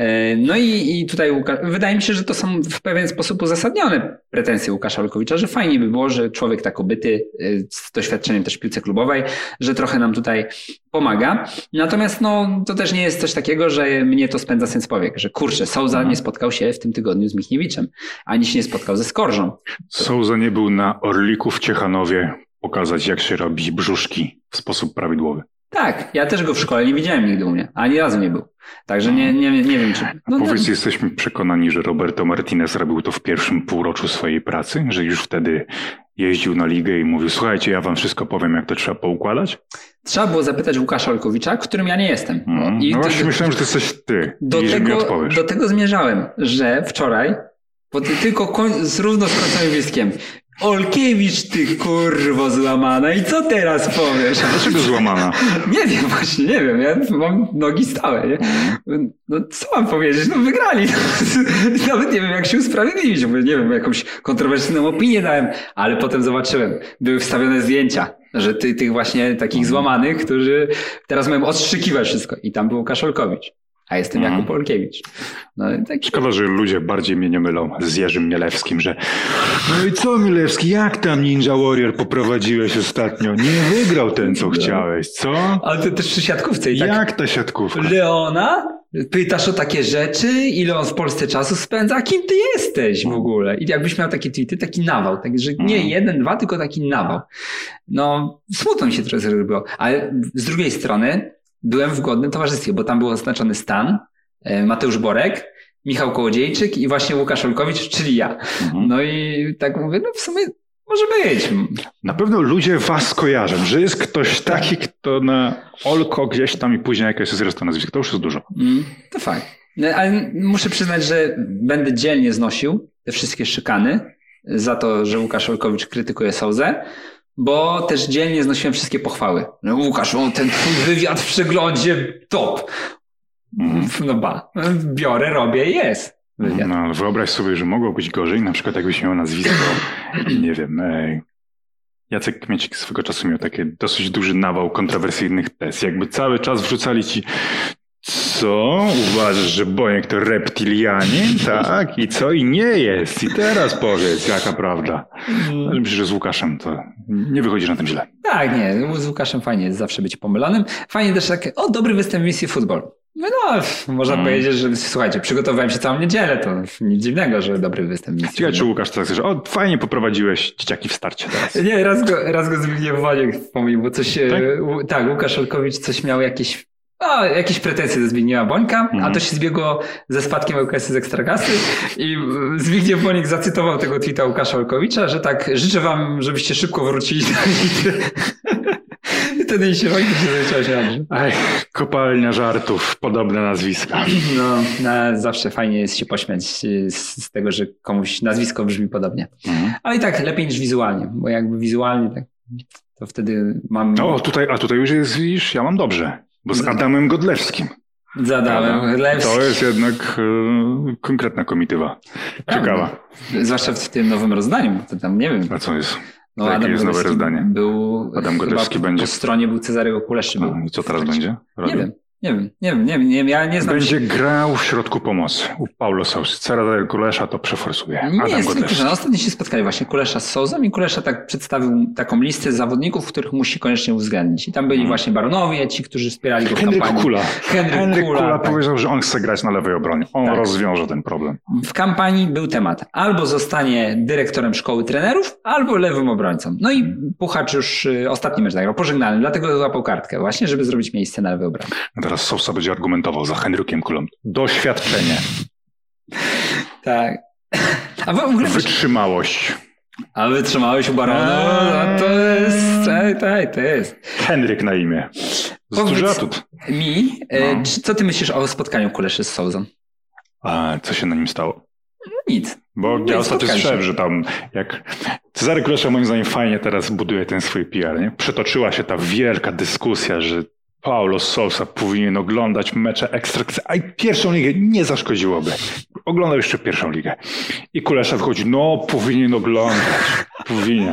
No i, i tutaj Łukasz, wydaje mi się, że to są w pewien sposób uzasadnione pretensje Łukasza Olkowicza, że fajnie by było, że człowiek tak obyty, z doświadczeniem też w piłce klubowej, że trochę nam tutaj pomaga. Natomiast no, to też nie jest coś takiego, że mnie to spędza sens powiek, że kurczę, Sousa mhm. nie spotkał się w tym tygodniu z Michniewiczem, ani się nie spotkał ze Skorżą. Sousa nie był na Orliku w Ciechanowie pokazać, jak się robi brzuszki w sposób prawidłowy. Tak, ja też go w szkole nie widziałem nigdy u mnie, ani razu nie był. Także nie, nie, nie wiem, czy... No, A powiedz, no. jesteśmy przekonani, że Roberto Martinez robił to w pierwszym półroczu swojej pracy? Że już wtedy jeździł na ligę i mówił, słuchajcie, ja wam wszystko powiem, jak to trzeba poukładać? Trzeba było zapytać Łukasza Olkowicza, którym ja nie jestem. Mm, I no ty, właśnie myślałem, że to jesteś ty do i tego, że mi odpowiesz. Do tego zmierzałem, że wczoraj, bo ty tylko koń, z równo z końcowym wierskiem, Olkiewicz, ty kurwo złamana i co teraz powiesz? Dlaczego złamana? Nie wiem właśnie, nie wiem, ja mam nogi stałe, nie? No co mam powiedzieć? No wygrali. Nawet nie wiem, jak się usprawiedliwić, bo nie wiem, jakąś kontrowersyjną opinię dałem, ale potem zobaczyłem, były wstawione zdjęcia, że ty, tych właśnie takich złamanych, którzy teraz mają odstrzykiwać wszystko i tam był Łukasz Olkowicz. A jestem mm. Jakub Olkiewicz. No, tak... Szkoda, że ludzie bardziej mnie nie mylą z Jerzym Mielewskim, że no i co Mielewski, jak tam Ninja Warrior poprowadziłeś ostatnio? Nie wygrał ten, co chciałeś, co? Ale to też przy siatkówce. I tak... Jak ta siatkówka? Leona? Pytasz o takie rzeczy? Ile on w Polsce czasu spędza? A kim ty jesteś w ogóle? I jakbyś miał takie tweety, taki nawał. Także nie mm. jeden, dwa, tylko taki nawał. No, smutno mi się trochę zrobiło. Ale z drugiej strony byłem w godnym towarzystwie, bo tam był oznaczony Stan, Mateusz Borek, Michał Kołodziejczyk i właśnie Łukasz Olkowicz, czyli ja. Mhm. No i tak mówię, no w sumie może być. Na pewno ludzie was kojarzą, że jest ktoś taki, kto na Olko gdzieś tam i później jakieś jest reszta nazwisk. To już jest dużo. Mm, to fakt. No, ale muszę przyznać, że będę dzielnie znosił te wszystkie szykany za to, że Łukasz Olkowicz krytykuje Sousę, bo też dzielnie znosiłem wszystkie pochwały. No, Łukasz, o, ten twój wywiad w przeglądzie top. Mm. No ba, biorę, robię i jest wywiad. No, ale wyobraź sobie, że mogło być gorzej, na przykład jakbyś miał nazwisko, nie wiem, ej, Jacek Kmiecik swego czasu miał taki dosyć duży nawał kontrowersyjnych tez. Jakby cały czas wrzucali ci, co? Uważasz, że Boniek to reptilianin? Tak? I co? I nie jest. I teraz powiedz, jaka prawda. Ale myślę, że z Łukaszem to nie wychodzi na tym źle. Tak, nie. Z Łukaszem fajnie jest zawsze być pomylonym. Fajnie też tak, o, dobry występ w misji futbol. No, no można hmm. powiedzieć, że słuchajcie, przygotowałem się całą niedzielę, to nic dziwnego, że dobry występ. Ciekawe, czy Łukasz tak że o, fajnie poprowadziłeś dzieciaki w starcie teraz. Nie, raz go, raz go Zbigniew Woniek wspomniał, bo coś, tak? U, tak, Łukasz Olkowicz coś miał jakieś, o, jakieś pretensje do Zbigniewa Bońka, hmm. a to się zbiegło ze spadkiem Łukasza z Ekstraklasy i Zbigniew Woniek zacytował tego tweeta Łukasza Olkowicza, że tak, życzę wam, żebyście szybko wrócili do I wtedy się faktycznie zaczęło się dobrze. Aj, kopalnia żartów, podobne nazwiska. No, no, zawsze fajnie jest się pośmiać z, z tego, że komuś nazwisko brzmi podobnie. Mhm. Ale i tak lepiej niż wizualnie, bo jakby wizualnie tak, to wtedy mam... O, tutaj, a tutaj już jest, widzisz, ja mam dobrze, bo z Adamem Godlewskim. Z Adamem Godlewskim. To jest jednak y, konkretna komitywa. Ciekawa. Zwłaszcza w tym nowym rozdaniu, bo to tam nie wiem. A co jest? No, Jakie Adam jest nowe rozdanie? Był, Adam Godlewski będzie. Po stronie był Cezarego Kuleszy. Był. I co teraz będzie? Nie wiem, nie wiem, nie wiem, nie wiem, nie wiem, ja nie znam. Będzie się... grał w środku pomocy u Paulo Sousa. Cezary Kulesza to przeforsuje. Nie, Adam jest Godlewski. No, ostatnio się spotkali właśnie Kulesza z Sousą i Kulesza tak przedstawił taką listę zawodników, których musi koniecznie uwzględnić. I tam byli hmm. właśnie Baronowie, ci, którzy wspierali go w Henryk kampanii. Kula. Henryk, Henryk Kula, Kula tak. powiedział, że on chce grać na lewej obronie. On tak. rozwiąże ten problem. W kampanii był temat. Albo zostanie dyrektorem szkoły trenerów, albo lewym obrońcą. No i Puchacz już y, ostatni mecz zagrał, pożegnalny, dlatego złapał kartkę właśnie, żeby zrobić miejsce na lewej obronie. A teraz Sousa będzie argumentował za Henrykiem Kulą. Doświadczenie. Tak. A w ogóle... Wytrzymałość. A wytrzymałeś u Barona? No, to jest... Tak, tak, to jest. Henryk na imię. Duży atut. Mi, no. Co ty myślisz o spotkaniu Kuleszy z Sousą? A co się na nim stało? Nic. Bo Nic, ja ostatnio słyszałem, że tam jak Cezary Kulesza moim zdaniem fajnie teraz buduje ten swój P R, nie? Przetoczyła się ta wielka dyskusja, że Paulo Sousa powinien oglądać mecze Ekstraklasy, a i pierwszą ligę nie zaszkodziłoby. Oglądał jeszcze pierwszą ligę. I Kulesza wychodzi, no powinien oglądać. Powinien.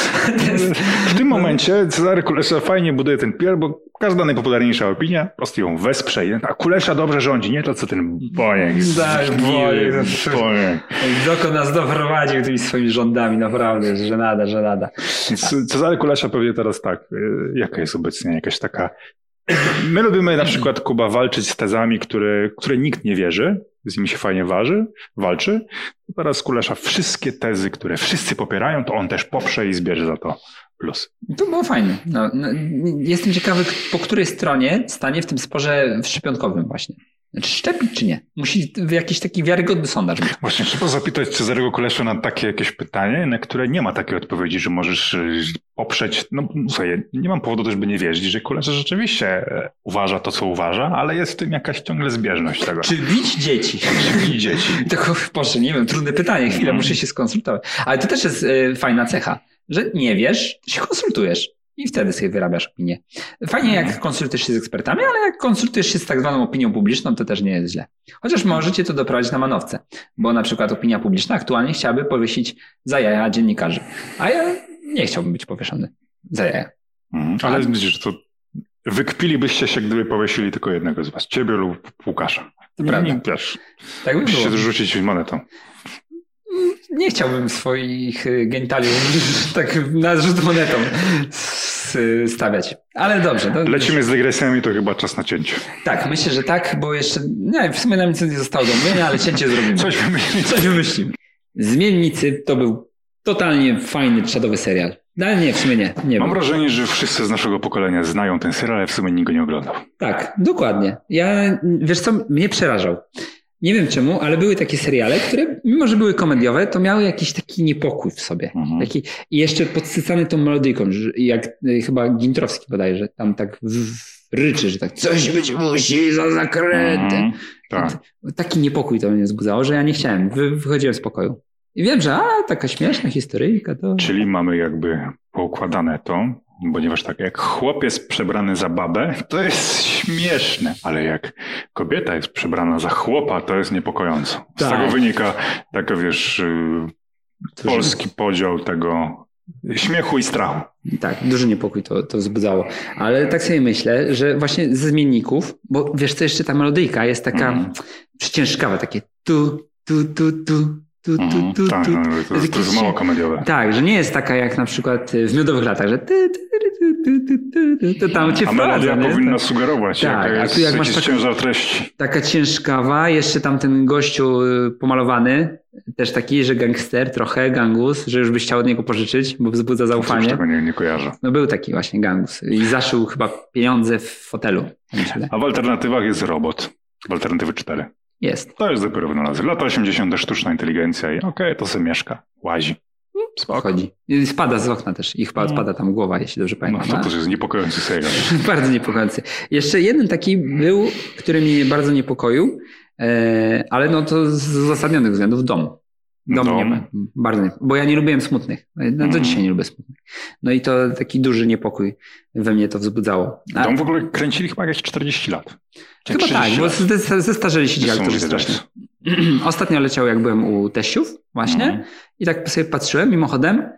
W tym momencie Cezary Kulesza fajnie buduje ten P R, bo każda najpopularniejsza opinia po prostu ją wesprze. A Kulesza dobrze rządzi, nie to co ten Boniek. Tak, Boniek. Boniek. Dokąd nas doprowadził tymi swoimi rządami, naprawdę, żenada, żenada. Cezary Kulesza powie teraz tak, jaka jest obecnie jakaś taka... My lubimy na przykład, Kuba, walczyć z tezami, które, które nikt nie wierzy, z nimi się fajnie waży, walczy. Teraz Kulesza wszystkie tezy, które wszyscy popierają, to on też poprze i zbierze za to plus. To było fajne. No, no, jestem ciekawy, po której stronie stanie w tym sporze szczypionkowym właśnie. Znaczy szczepić czy nie? Musi jakiś taki wiarygodny sondaż być. Właśnie trzeba zapytać Cezarego Kuleszę na takie jakieś pytanie, na które nie ma takiej odpowiedzi, że możesz poprzeć. No słuchaj, nie mam powodu też, by nie wierzyć, że Kulesza rzeczywiście uważa to, co uważa, ale jest w tym jakaś ciągle zbieżność tego. Czy bić dzieci? Czy bić dzieci? Tylko, Boże, nie wiem, trudne pytanie, chwilę, mm. muszę się skonsultować. Ale to też jest y, fajna cecha, że nie wiesz, się konsultujesz. I wtedy sobie wyrabiasz opinię. Fajnie jak konsultujesz się z ekspertami, ale jak konsultujesz się z tak zwaną opinią publiczną, to też nie jest źle. Chociaż możecie to doprowadzić na manowce, bo na przykład opinia publiczna aktualnie chciałaby powiesić za jaja dziennikarzy. A ja nie chciałbym być powieszony za jaja. Mhm, ale widzisz, to wykpilibyście się, gdyby powiesili tylko jednego z was. Ciebie lub Łukasza. To nie, prawda. Nie, wiesz, tak by musisz się rzucić monetą. Nie chciałbym swoich genitaliów tak na rzut monetą stawiać. Ale dobrze. To Lecimy z dygresjami, to chyba czas na cięcie. Tak, myślę, że tak, bo jeszcze nie, w sumie nam nic nie zostało do mówienia, ale cięcie zrobimy. Coś wymyślimy. Coś wymyślimy. Zmiennicy to był totalnie fajny, czadowy serial. No nie, w sumie nie. nie Mam był. wrażenie, że wszyscy z naszego pokolenia znają ten serial, ale w sumie nikt go nie oglądał. Tak, dokładnie. Ja, wiesz co, mnie przerażał. Nie wiem czemu, ale były takie seriale, które mimo, że były komediowe, to miały jakiś taki niepokój w sobie. Mhm. Taki, i jeszcze podsycany tą melodyjką, że jak y, chyba Gintrowski bodajże, tam tak w, w, ryczy, że tak coś być musi za zakrętem. Mhm. Tak. Taki niepokój to mnie wzbudzało, że ja nie chciałem. Wy, wychodziłem z pokoju. I wiem, że a, taka śmieszna historyjka to... Czyli mamy jakby poukładane to, ponieważ tak jak chłopiec przebrany za babę, to jest śmieszne, ale jak kobieta jest przebrana za chłopa, to jest niepokojąco. Z tak. tego wynika taka, wiesz, Duży... polski podział tego śmiechu i strachu. Tak, duży niepokój to, to wzbudzało. Ale tak sobie myślę, że właśnie ze zmienników, bo wiesz co, jeszcze ta melodyjka jest taka mm. przyciężkawa, takie tu, tu, tu, tu. Tu, tu, tu, tak, tu. No, to, to, to jest mało komediowe. Tak, że nie jest taka jak na przykład w Miodowych latach, że ty, ty, ty, ty, to tam cię A wprowadza. melodia nie? powinna Tak. sugerować, Tak, jaka a jest, tu jak jaki masz jest taką- ciężar treści. Taka ciężkawa, jeszcze tam ten gościu y, pomalowany, też taki, że gangster, trochę gangus, że już byś chciał od niego pożyczyć, bo wzbudza Cóż, zaufanie. tego nie, nie kojarzę. No był taki właśnie gangus i zaszył chyba pieniądze w fotelu. Tak mi się wydaje. A w alternatywach jest robot. W alternatywy cztery. Jest. To jest dopiero wynalazek. Lata osiemdziesiąte sztuczna inteligencja i okej, okay, to sobie mieszka, łazi. Spoko. Chodzi. I spada z okna też i chyba odpada tam głowa, jeśli dobrze No pamiętam. to też jest niepokojący serial. Bardzo niepokojący. Jeszcze jeden taki był, który mnie bardzo niepokoił, e, ale no to z uzasadnionych względów dom. Dom, Dom. nie ma. Bardzo nie, bo ja nie lubiłem smutnych. No, do Mm. dzisiaj nie lubię smutnych. No i to taki duży niepokój we mnie to wzbudzało. A, Dom w ogóle kręcili chyba jakieś czterdzieści lat. chyba tak, trzydzieści bo lat. zes- zestarzeli się ci aktorzy Niesamowite strasznie. jest. Ostatnio leciał, jak byłem u teściów właśnie Mhm. i tak sobie patrzyłem mimochodem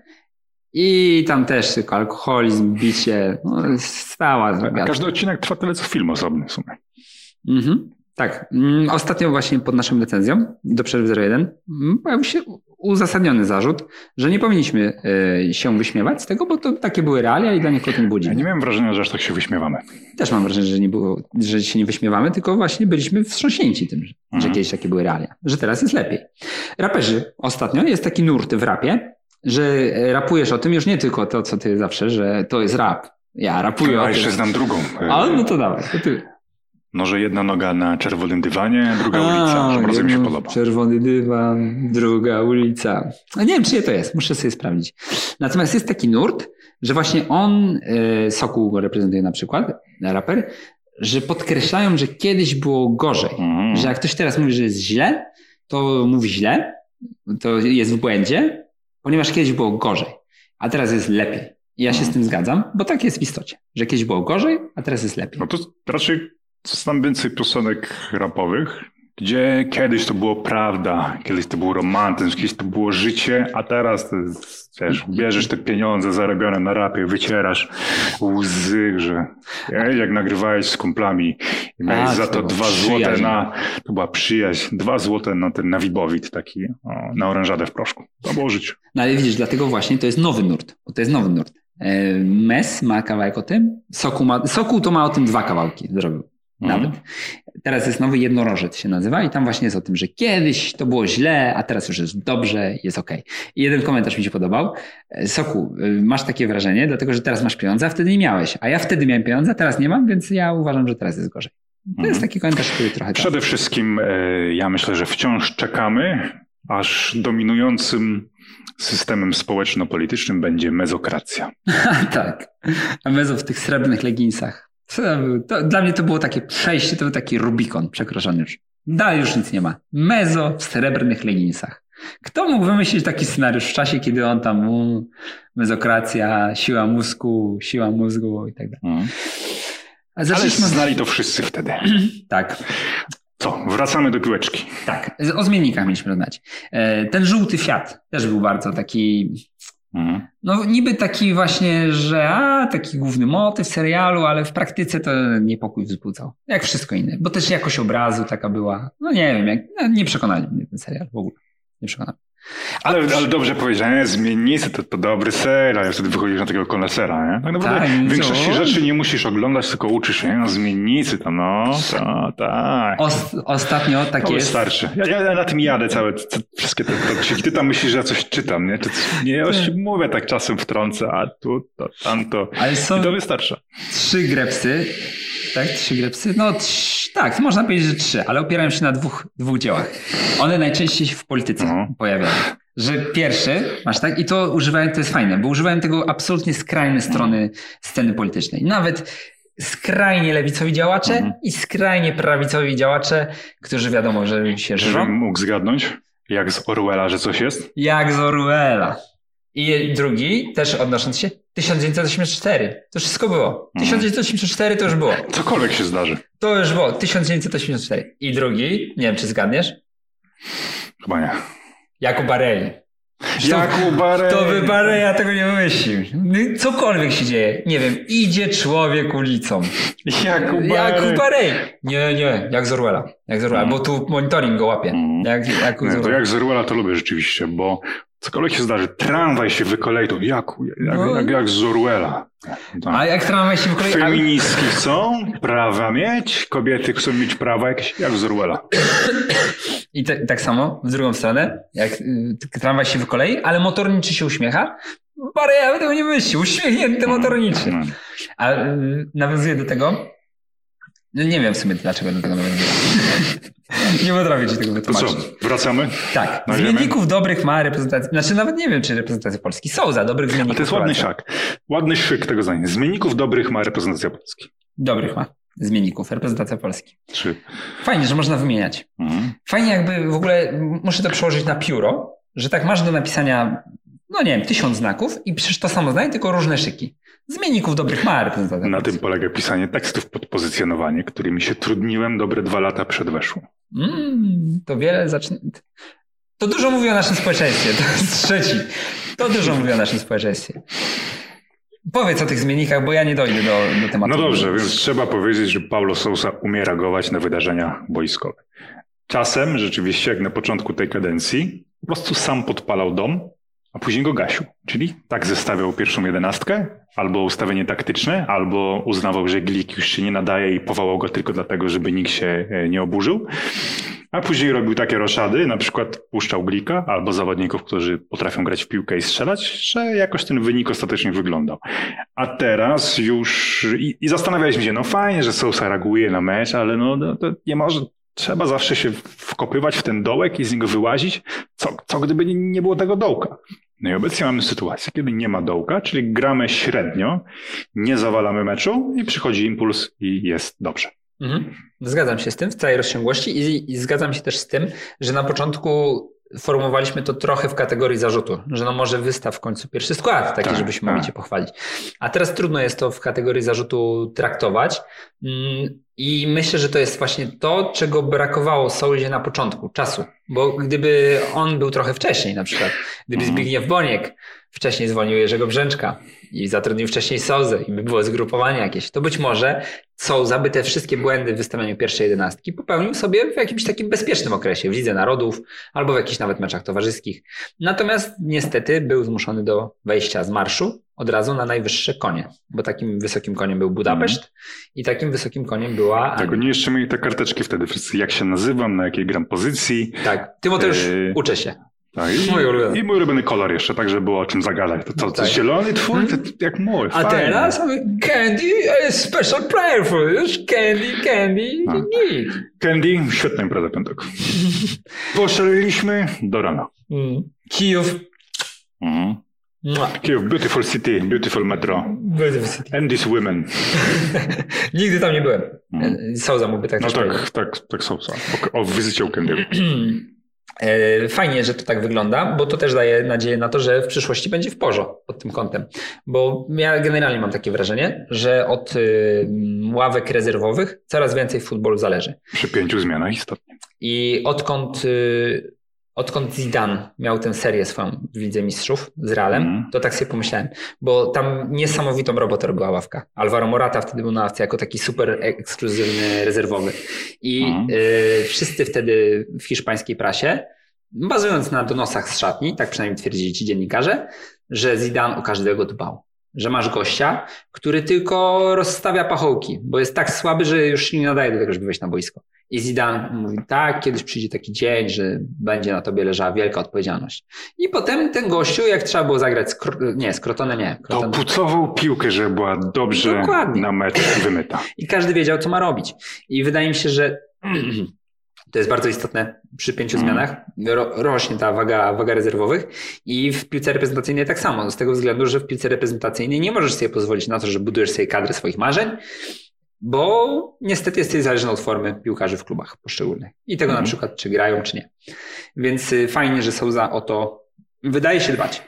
i tam też tylko alkoholizm, bicie, no, stała A droga. każdy odcinek trwa tyle co film osobny w sumie. Mhm. Tak. Mm, Ostatnio właśnie pod naszą recenzją do przerwy zero jeden mm, pojawił się uzasadniony zarzut, że nie powinniśmy y, się wyśmiewać z tego, bo to takie były realia i dla nikogo to nie było Ja dziwne. nie miałem wrażenia, że aż tak się wyśmiewamy. Też mam wrażenie, że, nie było, że się nie wyśmiewamy, tylko właśnie byliśmy wstrząśnięci tym, że, Mhm. że kiedyś takie były realia, że teraz jest lepiej. Raperzy ostatnio, jest taki nurt w rapie, że rapujesz o tym już nie tylko to, co ty zawsze, że to jest rap. Ja rapuję A o jeszcze tym. znam drugą. A no to dawaj, to ty. No, że jedna noga na czerwonym dywanie, druga ulica. Że bardzo mi się jedno podoba. Czerwony dywan, druga ulica. No nie wiem, czy to jest, muszę sobie sprawdzić. Natomiast jest taki nurt, że właśnie on, y, Sokół go reprezentuje na przykład, raper, że podkreślają, że kiedyś było gorzej. Mhm. Że jak ktoś teraz mówi, że jest źle, to mówi źle, to jest w błędzie, ponieważ kiedyś było gorzej, a teraz jest lepiej. I ja się z tym zgadzam, bo tak jest w istocie, że kiedyś było gorzej, a teraz jest lepiej. No to raczej znam więcej piosenek rapowych, gdzie kiedyś to było prawda, kiedyś to był romantyzm, kiedyś to było życie, a teraz to jest, wiesz, bierzesz te pieniądze zarobione na rapie, wycierasz łzy, że jak nagrywałeś z kumplami i miałeś A, za to to była dwa przyjaźń. złote na, to była przyjaźń, dwa złote na ten nawibowit taki, o, na orężadę w proszku. To było życie. No ale widzisz, dlatego właśnie to jest nowy nurt, bo to jest nowy nurt. E, Mes ma kawałek o tym, Sokół, ma, Sokół to ma o tym dwa kawałki zrobił. Mhm. Nawet. Teraz jest nowy Jednorożec się nazywa i tam właśnie jest o tym, że kiedyś to było źle, a teraz już jest dobrze, jest okej. I jeden komentarz mi się podobał. Sokół, masz takie wrażenie, dlatego że teraz masz pieniądze, a wtedy nie miałeś. A ja wtedy miałem pieniądze, a teraz nie mam, więc ja uważam, że teraz jest gorzej. To Mhm. jest taki komentarz, który trochę... tak. Przede wszystkim e, ja myślę, że wciąż czekamy, aż dominującym systemem społeczno-politycznym będzie mezokracja. Tak. A Mezo w tych srebrnych leginsach. Co to był? To, dla mnie to było takie przejście, to był taki Rubikon przekroczony już. Dalej już nic nie ma. Mezo w srebrnych leginsach. Kto mógł wymyślić taki scenariusz w czasie, kiedy on tam u, mezokracja, siła mózgu, siła mózgu i tak dalej. Mhm. A Ale zaczęliśmy... znali to wszyscy wtedy. Tak, Co? Wracamy do piłeczki. tak. O zmiennikach mieliśmy rozmawiać. E, Ten żółty Fiat też był bardzo taki... Mhm. No niby taki właśnie, że a, taki główny motyw serialu, ale w praktyce to niepokój wzbudzał. Jak wszystko inne. Bo też jakość obrazu taka była. No nie wiem, jak, no, nie przekonali mnie ten serial w ogóle. Nie przekonali. Ale, ale dobrze powiedziałem, zmiennicy to, to dobry serial, a wtedy wychodzisz na takiego konesera, nie? Tak naprawdę Tak, w większości co? rzeczy nie musisz oglądać, tylko uczysz się, no zmiennicy to no, to tak. Os, ostatnio tak To jest. wystarczy. Ja, ja na tym jadę całe, te, wszystkie te odcinki. Ty tam myślisz, że ja coś czytam, nie? To, nie, ja już mówię tak czasem wtrącę, a tu, to, tamto. Ale są I to wystarcza. trzy grepsy. Tak, trzy grepsy? No trz, tak, można powiedzieć, że trzy, ale opierają się na dwóch, dwóch dziełach. One najczęściej się w polityce Mhm. pojawiają. Że pierwszy, masz tak, i to używają, to jest fajne, bo używają tego absolutnie skrajne strony sceny politycznej. Nawet skrajnie lewicowi działacze Mhm. i skrajnie prawicowi działacze, którzy wiadomo, że się Żebym żywą. mógł zgadnąć, jak z Orwella, że coś jest? Jak z Orwella. I drugi, też odnosząc się, tysiąc dziewięćset osiemdziesiąt cztery. To już wszystko było. tysiąc dziewięćset osiemdziesiąt cztery to już było. Cokolwiek się zdarzy. To już było. tysiąc dziewięćset osiemdziesiąt cztery. I drugi, nie wiem czy zgadniesz, Chyba nie. Jakub Barei. Jakub Barei. To by Bareja tego nie wymyślił. Cokolwiek się dzieje. Nie wiem, idzie człowiek ulicą. Jakub Barei. Jakub Barei. Nie, nie, jak z Orwella. Jak z Orwella, bo tu monitoring go łapie. Mm. Jak, jak z Nie, to Orwella. jak z Orwella to lubię rzeczywiście, bo Cokolwiek się zdarzy, tramwaj się wykolei, to jak, jak, no. jak, jak z Orwella. Tak. A jak tramwaj się wykolei? Feministki chcą prawa mieć, kobiety chcą mieć prawa jakieś, jak z Orwella. I te, tak samo, w drugą stronę, jak y, tramwaj się wykolei, ale motorniczy się uśmiecha, Bary, ja bym tego nie myślił, uśmiechnięty motorniczy. No. A y, nawiązuję do tego, no nie wiem w sumie dlaczego do tego nawiązuję. Nie potrafię ci tego wytłumaczyć. To co, wracamy? Tak, Na zmienników dobrych ma reprezentacja, znaczy nawet nie wiem, czy reprezentacja Polski. Są za dobrych zmienników. A to jest ładny szak, ładny szyk tego zdania. Zmienników dobrych ma reprezentacja Polski. Dobrych ma zmienników, reprezentacja Polski. Trzy. Fajnie, że można wymieniać. Mhm. Fajnie jakby w ogóle, muszę to przełożyć na pióro, że tak masz do napisania, no nie wiem, tysiąc znaków i piszesz to samo zdanie, tylko różne szyki. Zmienników dobrych ma reprezentacja Na Polski. tym polega pisanie tekstów pod pozycjonowanie, którymi się trudniłem dobre dwa lata przed weszło. Mm, to wiele zaczyna... To dużo mówi o naszym społeczeństwie. To jest trzeci. To dużo mówi o naszym społeczeństwie. Powiedz o tych zmiennikach, bo ja nie dojdę do, do tematu. No dobrze, więc trzeba powiedzieć, że Paulo Sousa umie reagować na wydarzenia wojskowe. Czasem rzeczywiście, jak na początku tej kadencji, po prostu sam podpalał dom, a później go gasił. Czyli tak zestawiał pierwszą jedenastkę, albo ustawienie taktyczne, albo uznawał, że Glik już się nie nadaje i powołał go tylko dlatego, żeby nikt się nie oburzył. A później robił takie roszady, na przykład puszczał Glika albo zawodników, którzy potrafią grać w piłkę i strzelać, że jakoś ten wynik ostatecznie wyglądał. A teraz już i, i zastanawialiśmy się, no fajnie, że Sousa reaguje na mecz, ale no, no to nie może, trzeba zawsze się wkopywać w ten dołek i z niego wyłazić. Co, co gdyby nie było tego dołka? No i obecnie mamy sytuację, kiedy nie ma dołka, czyli gramy średnio, nie zawalamy meczu i przychodzi impuls i jest dobrze. Mhm. Zgadzam się z tym w całej rozciągłości i, i zgadzam się też z tym, że na początku formułowaliśmy to trochę w kategorii zarzutu, że no może wystaw w końcu pierwszy skład, taki, tak, żebyśmy tak. mogli cię pochwalić. A teraz trudno jest to w kategorii zarzutu traktować i myślę, że to jest właśnie to, czego brakowało Sousie na początku, czasu, bo gdyby on był trochę wcześniej na przykład, gdyby Zbigniew Boniek wcześniej zwolnił Jerzego Brzęczka i zatrudnił wcześniej Sousę i by było zgrupowanie jakieś, to być może Sousa by te wszystkie błędy w wystawianiu pierwszej jedenastki popełnił sobie w jakimś takim bezpiecznym okresie, w Lidze Narodów albo w jakichś nawet meczach towarzyskich. Natomiast niestety był zmuszony do wejścia z marszu od razu na najwyższe konie, bo takim wysokim koniem był Budapeszt mm. i takim wysokim koniem była... Tak, oni jeszcze mieli te karteczki wtedy wszyscy, jak się nazywam, na jakiej gram pozycji. Tak, Tymoteusz, yy... uczę się. Tak, i, mój i mój ulubiony kolor jeszcze, tak, żeby było o czym zagadać. To co, to tak. zielony twój? To jak mój, A fajnie. teraz Candy, special player for you. Candy, Candy, Geek. Candy, świetna impreza piątek. Poszaleliśmy do rana. Mm. Kijów. Mhm. Kijów, beautiful city, beautiful metro. Beautiful city. And these women. Nigdy tam nie byłem. Mhm. Sousa mógłby tak no też tak, powiedzieć. tak, tak Sousa. O, o wizycie u Candy'ego. Fajnie, że to tak wygląda, bo to też daje nadzieję na to, że w przyszłości będzie w porządku pod tym kątem. Bo ja generalnie mam takie wrażenie, że od y, ławek rezerwowych coraz więcej w futbolu zależy. Przy pięciu zmianach istotnie. I odkąd, y, odkąd Zidane miał tę serię swoją w Lidze Mistrzów z Realem, mm. to tak sobie pomyślałem, bo tam niesamowitą robotę robiła ławka. Alvaro Morata wtedy był na ławce jako taki super ekskluzywny rezerwowy. I mm. y, wszyscy wtedy w hiszpańskiej prasie, bazując na donosach z szatni, tak przynajmniej twierdzili ci dziennikarze, że Zidane o każdego dbał. Że masz gościa, który tylko rozstawia pachołki, bo jest tak słaby, że już się nie nadaje do tego, żeby wejść na boisko. I Zidane mówi, tak, kiedyś przyjdzie taki dzień, że będzie na tobie leżała wielka odpowiedzialność. I potem ten gościu, jak trzeba było zagrać, skro- nie, skrotone nie. To pucował piłkę, żeby była dobrze Dokładnie. Na mecz wymyta. I każdy wiedział, co ma robić. I wydaje mi się, że to jest bardzo istotne przy pięciu mm. zmianach. Ro- rośnie ta waga, waga rezerwowych i w piłce reprezentacyjnej tak samo. Z tego względu, że w piłce reprezentacyjnej nie możesz sobie pozwolić na to, że budujesz sobie kadrę swoich marzeń, bo niestety jesteś zależny od formy piłkarzy w klubach poszczególnych. I tego mm. na przykład, czy grają, czy nie. Więc fajnie, że Sousa o to wydaje się dbać.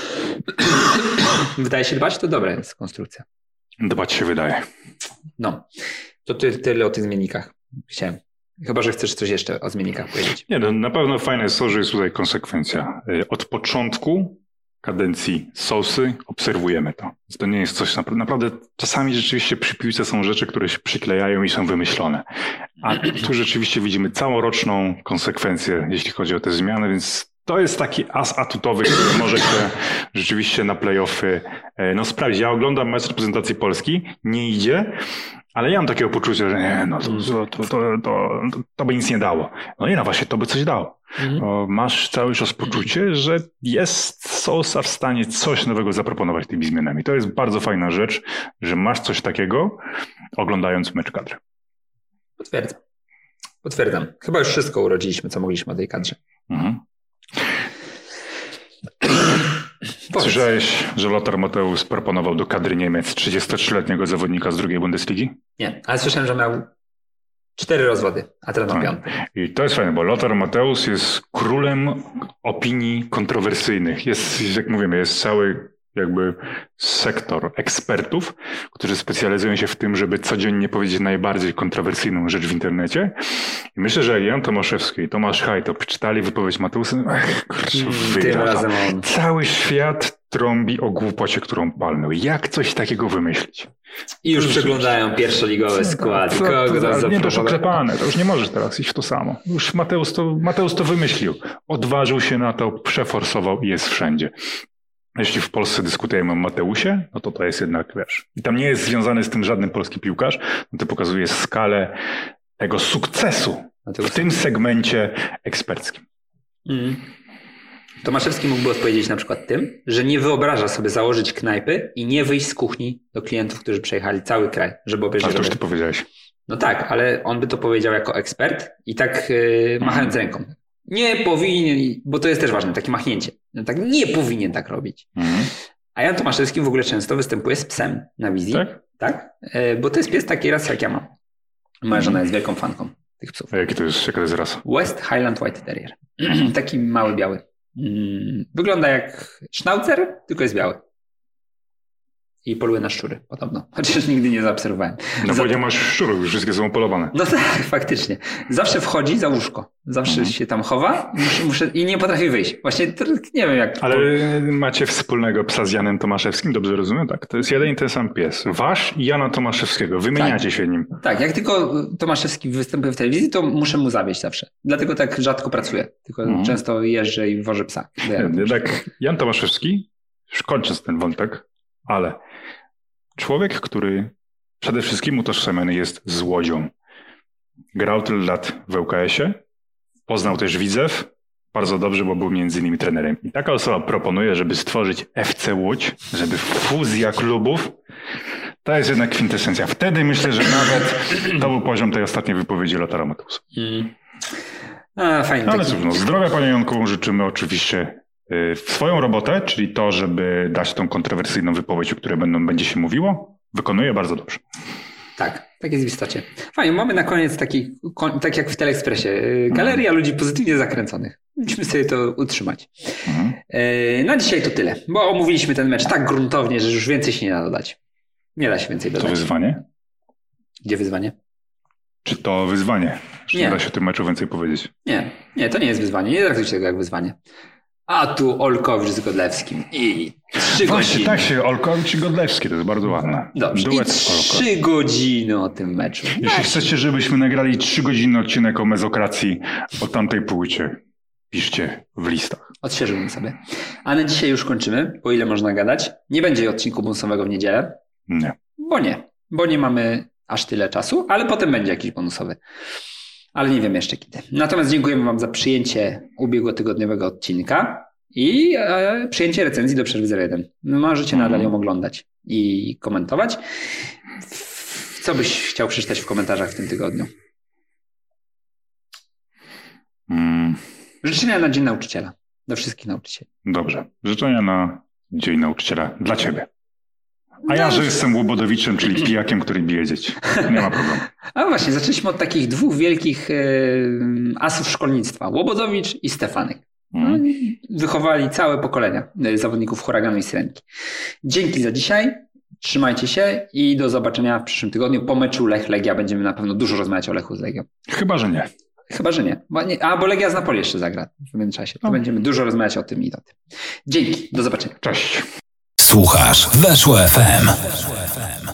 wydaje się dbać, to dobra jest konstrukcja. Dbać się wydaje. No, to ty, tyle o tych zmiennikach. Chciałem. Chyba że chcesz coś jeszcze o zmiennikach powiedzieć. Nie, no, na pewno fajne jest to, że jest tutaj konsekwencja. Od początku kadencji Sousy obserwujemy to. To nie jest coś, naprawdę czasami rzeczywiście przy piłce są rzeczy, które się przyklejają i są wymyślone. A tu rzeczywiście widzimy całoroczną konsekwencję, jeśli chodzi o te zmiany, więc to jest taki as atutowy, który może się rzeczywiście na play-offy no, sprawdzić. Ja oglądam mecz reprezentacji Polski, nie idzie, ale ja mam takiego poczucia, że nie, no to, to, to, to, to, to by nic nie dało. No nie, no właśnie, to by coś dało. Mhm. Masz cały czas poczucie, że jest Sousa w stanie coś nowego zaproponować tymi zmianami. To jest bardzo fajna rzecz, że masz coś takiego, oglądając mecz kadry. Potwierdzam. Potwierdzam. Chyba już wszystko urodziliśmy, co mogliśmy o tej kadrze. Mhm. Słyszałeś, że Lothar Matthäus proponował do kadry Niemiec trzydziestotrzyletniego zawodnika z drugiej Bundesligi? Nie, ale słyszałem, że miał cztery rozwody, a teraz ma piąty. I to jest fajne, bo Lothar Matthäus jest królem opinii kontrowersyjnych. Jest, jak mówimy, jest cały jakby sektor ekspertów, którzy specjalizują się w tym, żeby codziennie powiedzieć najbardziej kontrowersyjną rzecz w internecie. I myślę, że Jan Tomaszewski i Tomasz Hajto przeczytali wypowiedź Mateusa. Tym razem on. Cały świat trąbi o głupocie, którą palnął. Jak coś takiego wymyślić? I już przeglądają pierwszoligowe składy. Kogo tam to, nie, to już oklepane, to już nie możesz teraz iść w to samo. Już Mateusz to, Mateusz to wymyślił. Odważył się na to, przeforsował i jest wszędzie. Jeśli w Polsce dyskutujemy o Mateusie, no to to jest jednak, wiesz, i tam nie jest związany z tym żaden polski piłkarz, no to pokazuje skalę tego sukcesu w tym segmencie eksperckim. Mm. Tomaszewski mógłby odpowiedzieć na przykład tym, że nie wyobraża sobie założyć knajpy i nie wyjść z kuchni do klientów, którzy przejechali cały kraj, żeby obejrzeć. A to już ty powiedziałeś. No tak, ale on by to powiedział jako ekspert i tak yy, machając mm. ręką. Nie powinien, bo to jest też ważne, takie machnięcie. No tak nie powinien tak robić. Mhm. A Jan Tomaszewski w ogóle często występuje z psem na wizji. Tak? Tak? E, bo to jest pies takiej rasy, jak ja mam. Moja żona jest wielką fanką tych psów. A jaki to jest, jaka to jest rasa? West Highland White Terrier. Taki mały, biały. Wygląda jak sznaucer, tylko jest biały. I poluje na szczury, podobno. Chociaż nigdy nie zaobserwowałem. No bo nie masz szczurów, już wszystkie są polowane. No tak, faktycznie. Zawsze wchodzi za łóżko. Zawsze mhm. się tam chowa muszę, muszę, i nie potrafi wyjść. Właśnie nie wiem jak... Ale macie wspólnego psa z Janem Tomaszewskim, dobrze rozumiem? Tak, to jest jeden i ten sam pies. Wasz i Jana Tomaszewskiego. Wymieniacie tak. się nim. Tak, jak tylko Tomaszewski występuje w telewizji, to muszę mu zawieźć zawsze. Dlatego tak rzadko pracuję. Tylko mhm. często jeżdżę i wożę psa. Tak, Jan Tomaszewski, już kończąc ten wątek, ale człowiek, który przede wszystkim utożsamiany jest z Łodzią. Grał tyle lat w ŁKS ie, poznał też Widzew bardzo dobrze, bo był między innymi trenerem. I taka osoba proponuje, żeby stworzyć F C Łódź, żeby fuzja klubów. To jest jednak kwintesencja. Wtedy myślę, że nawet to był poziom tej ostatniej wypowiedzi Lothara Matthäusa. Mm. A, fajnie. Ale cóż, no, zdrowia panie Janku życzymy oczywiście w swoją robotę, czyli to, żeby dać tą kontrowersyjną wypowiedź, o której będą, będzie się mówiło, wykonuje bardzo dobrze. Tak, tak jest w istocie. Fajnie, mamy na koniec taki, tak jak w Teleekspresie, galeria mhm. ludzi pozytywnie zakręconych. Musimy sobie to utrzymać. Mhm. Na dzisiaj to tyle, bo omówiliśmy ten mecz tak gruntownie, że już więcej się nie da dodać. Nie da się więcej dodać. To wyzwanie? Gdzie wyzwanie? Czy to wyzwanie? Czy nie. nie da się o tym meczu więcej powiedzieć? Nie, nie, to nie jest wyzwanie. Nie traktujcie tego jak wyzwanie. A tu Olkowicz z Godlewskim i trzy Właśnie, godziny. Tak się, Olkowicz i Godlewski, to jest bardzo ładne. Dobrze, Duet i trzy godziny o tym meczu. Jeśli tak. chcecie, żebyśmy nagrali trzygodzinny odcinek o mezokracji, o tamtej płycie, piszcie w listach. Odświeżymy sobie. A na dzisiaj już kończymy, bo ile można gadać. Nie będzie odcinku bonusowego w niedzielę. Nie. Bo nie, bo nie mamy aż tyle czasu, ale potem będzie jakiś bonusowy. Ale nie wiem jeszcze kiedy. Natomiast dziękujemy wam za przyjęcie ubiegłotygodniowego odcinka i e, przyjęcie recenzji do Przerwy zero jeden. Możecie nadal ją oglądać i komentować. Co byś chciał przeczytać w komentarzach w tym tygodniu? Hmm. Życzenia na Dzień Nauczyciela. Do wszystkich nauczycieli. Dobrze. Życzenia na Dzień Nauczyciela dla ciebie. A ja, że jestem Łobodowiczem, czyli pijakiem, który bije dzieci. Nie ma problemu. A właśnie, zaczęliśmy od takich dwóch wielkich e, asów szkolnictwa. Łobodowicz i Stefanek. No, mm. Wychowali całe pokolenia zawodników Huraganu i Syrenki. Dzięki za dzisiaj. Trzymajcie się i do zobaczenia w przyszłym tygodniu. Po meczu Lech-Legia będziemy na pewno dużo rozmawiać o Lechu z Legią. Chyba, że nie. Chyba, że nie. Bo nie a, bo Legia z Napoli jeszcze zagra w międzyczasie. To no. będziemy dużo rozmawiać o tym i o tym. Dzięki. Do zobaczenia. Cześć. Słuchasz Weszło F M.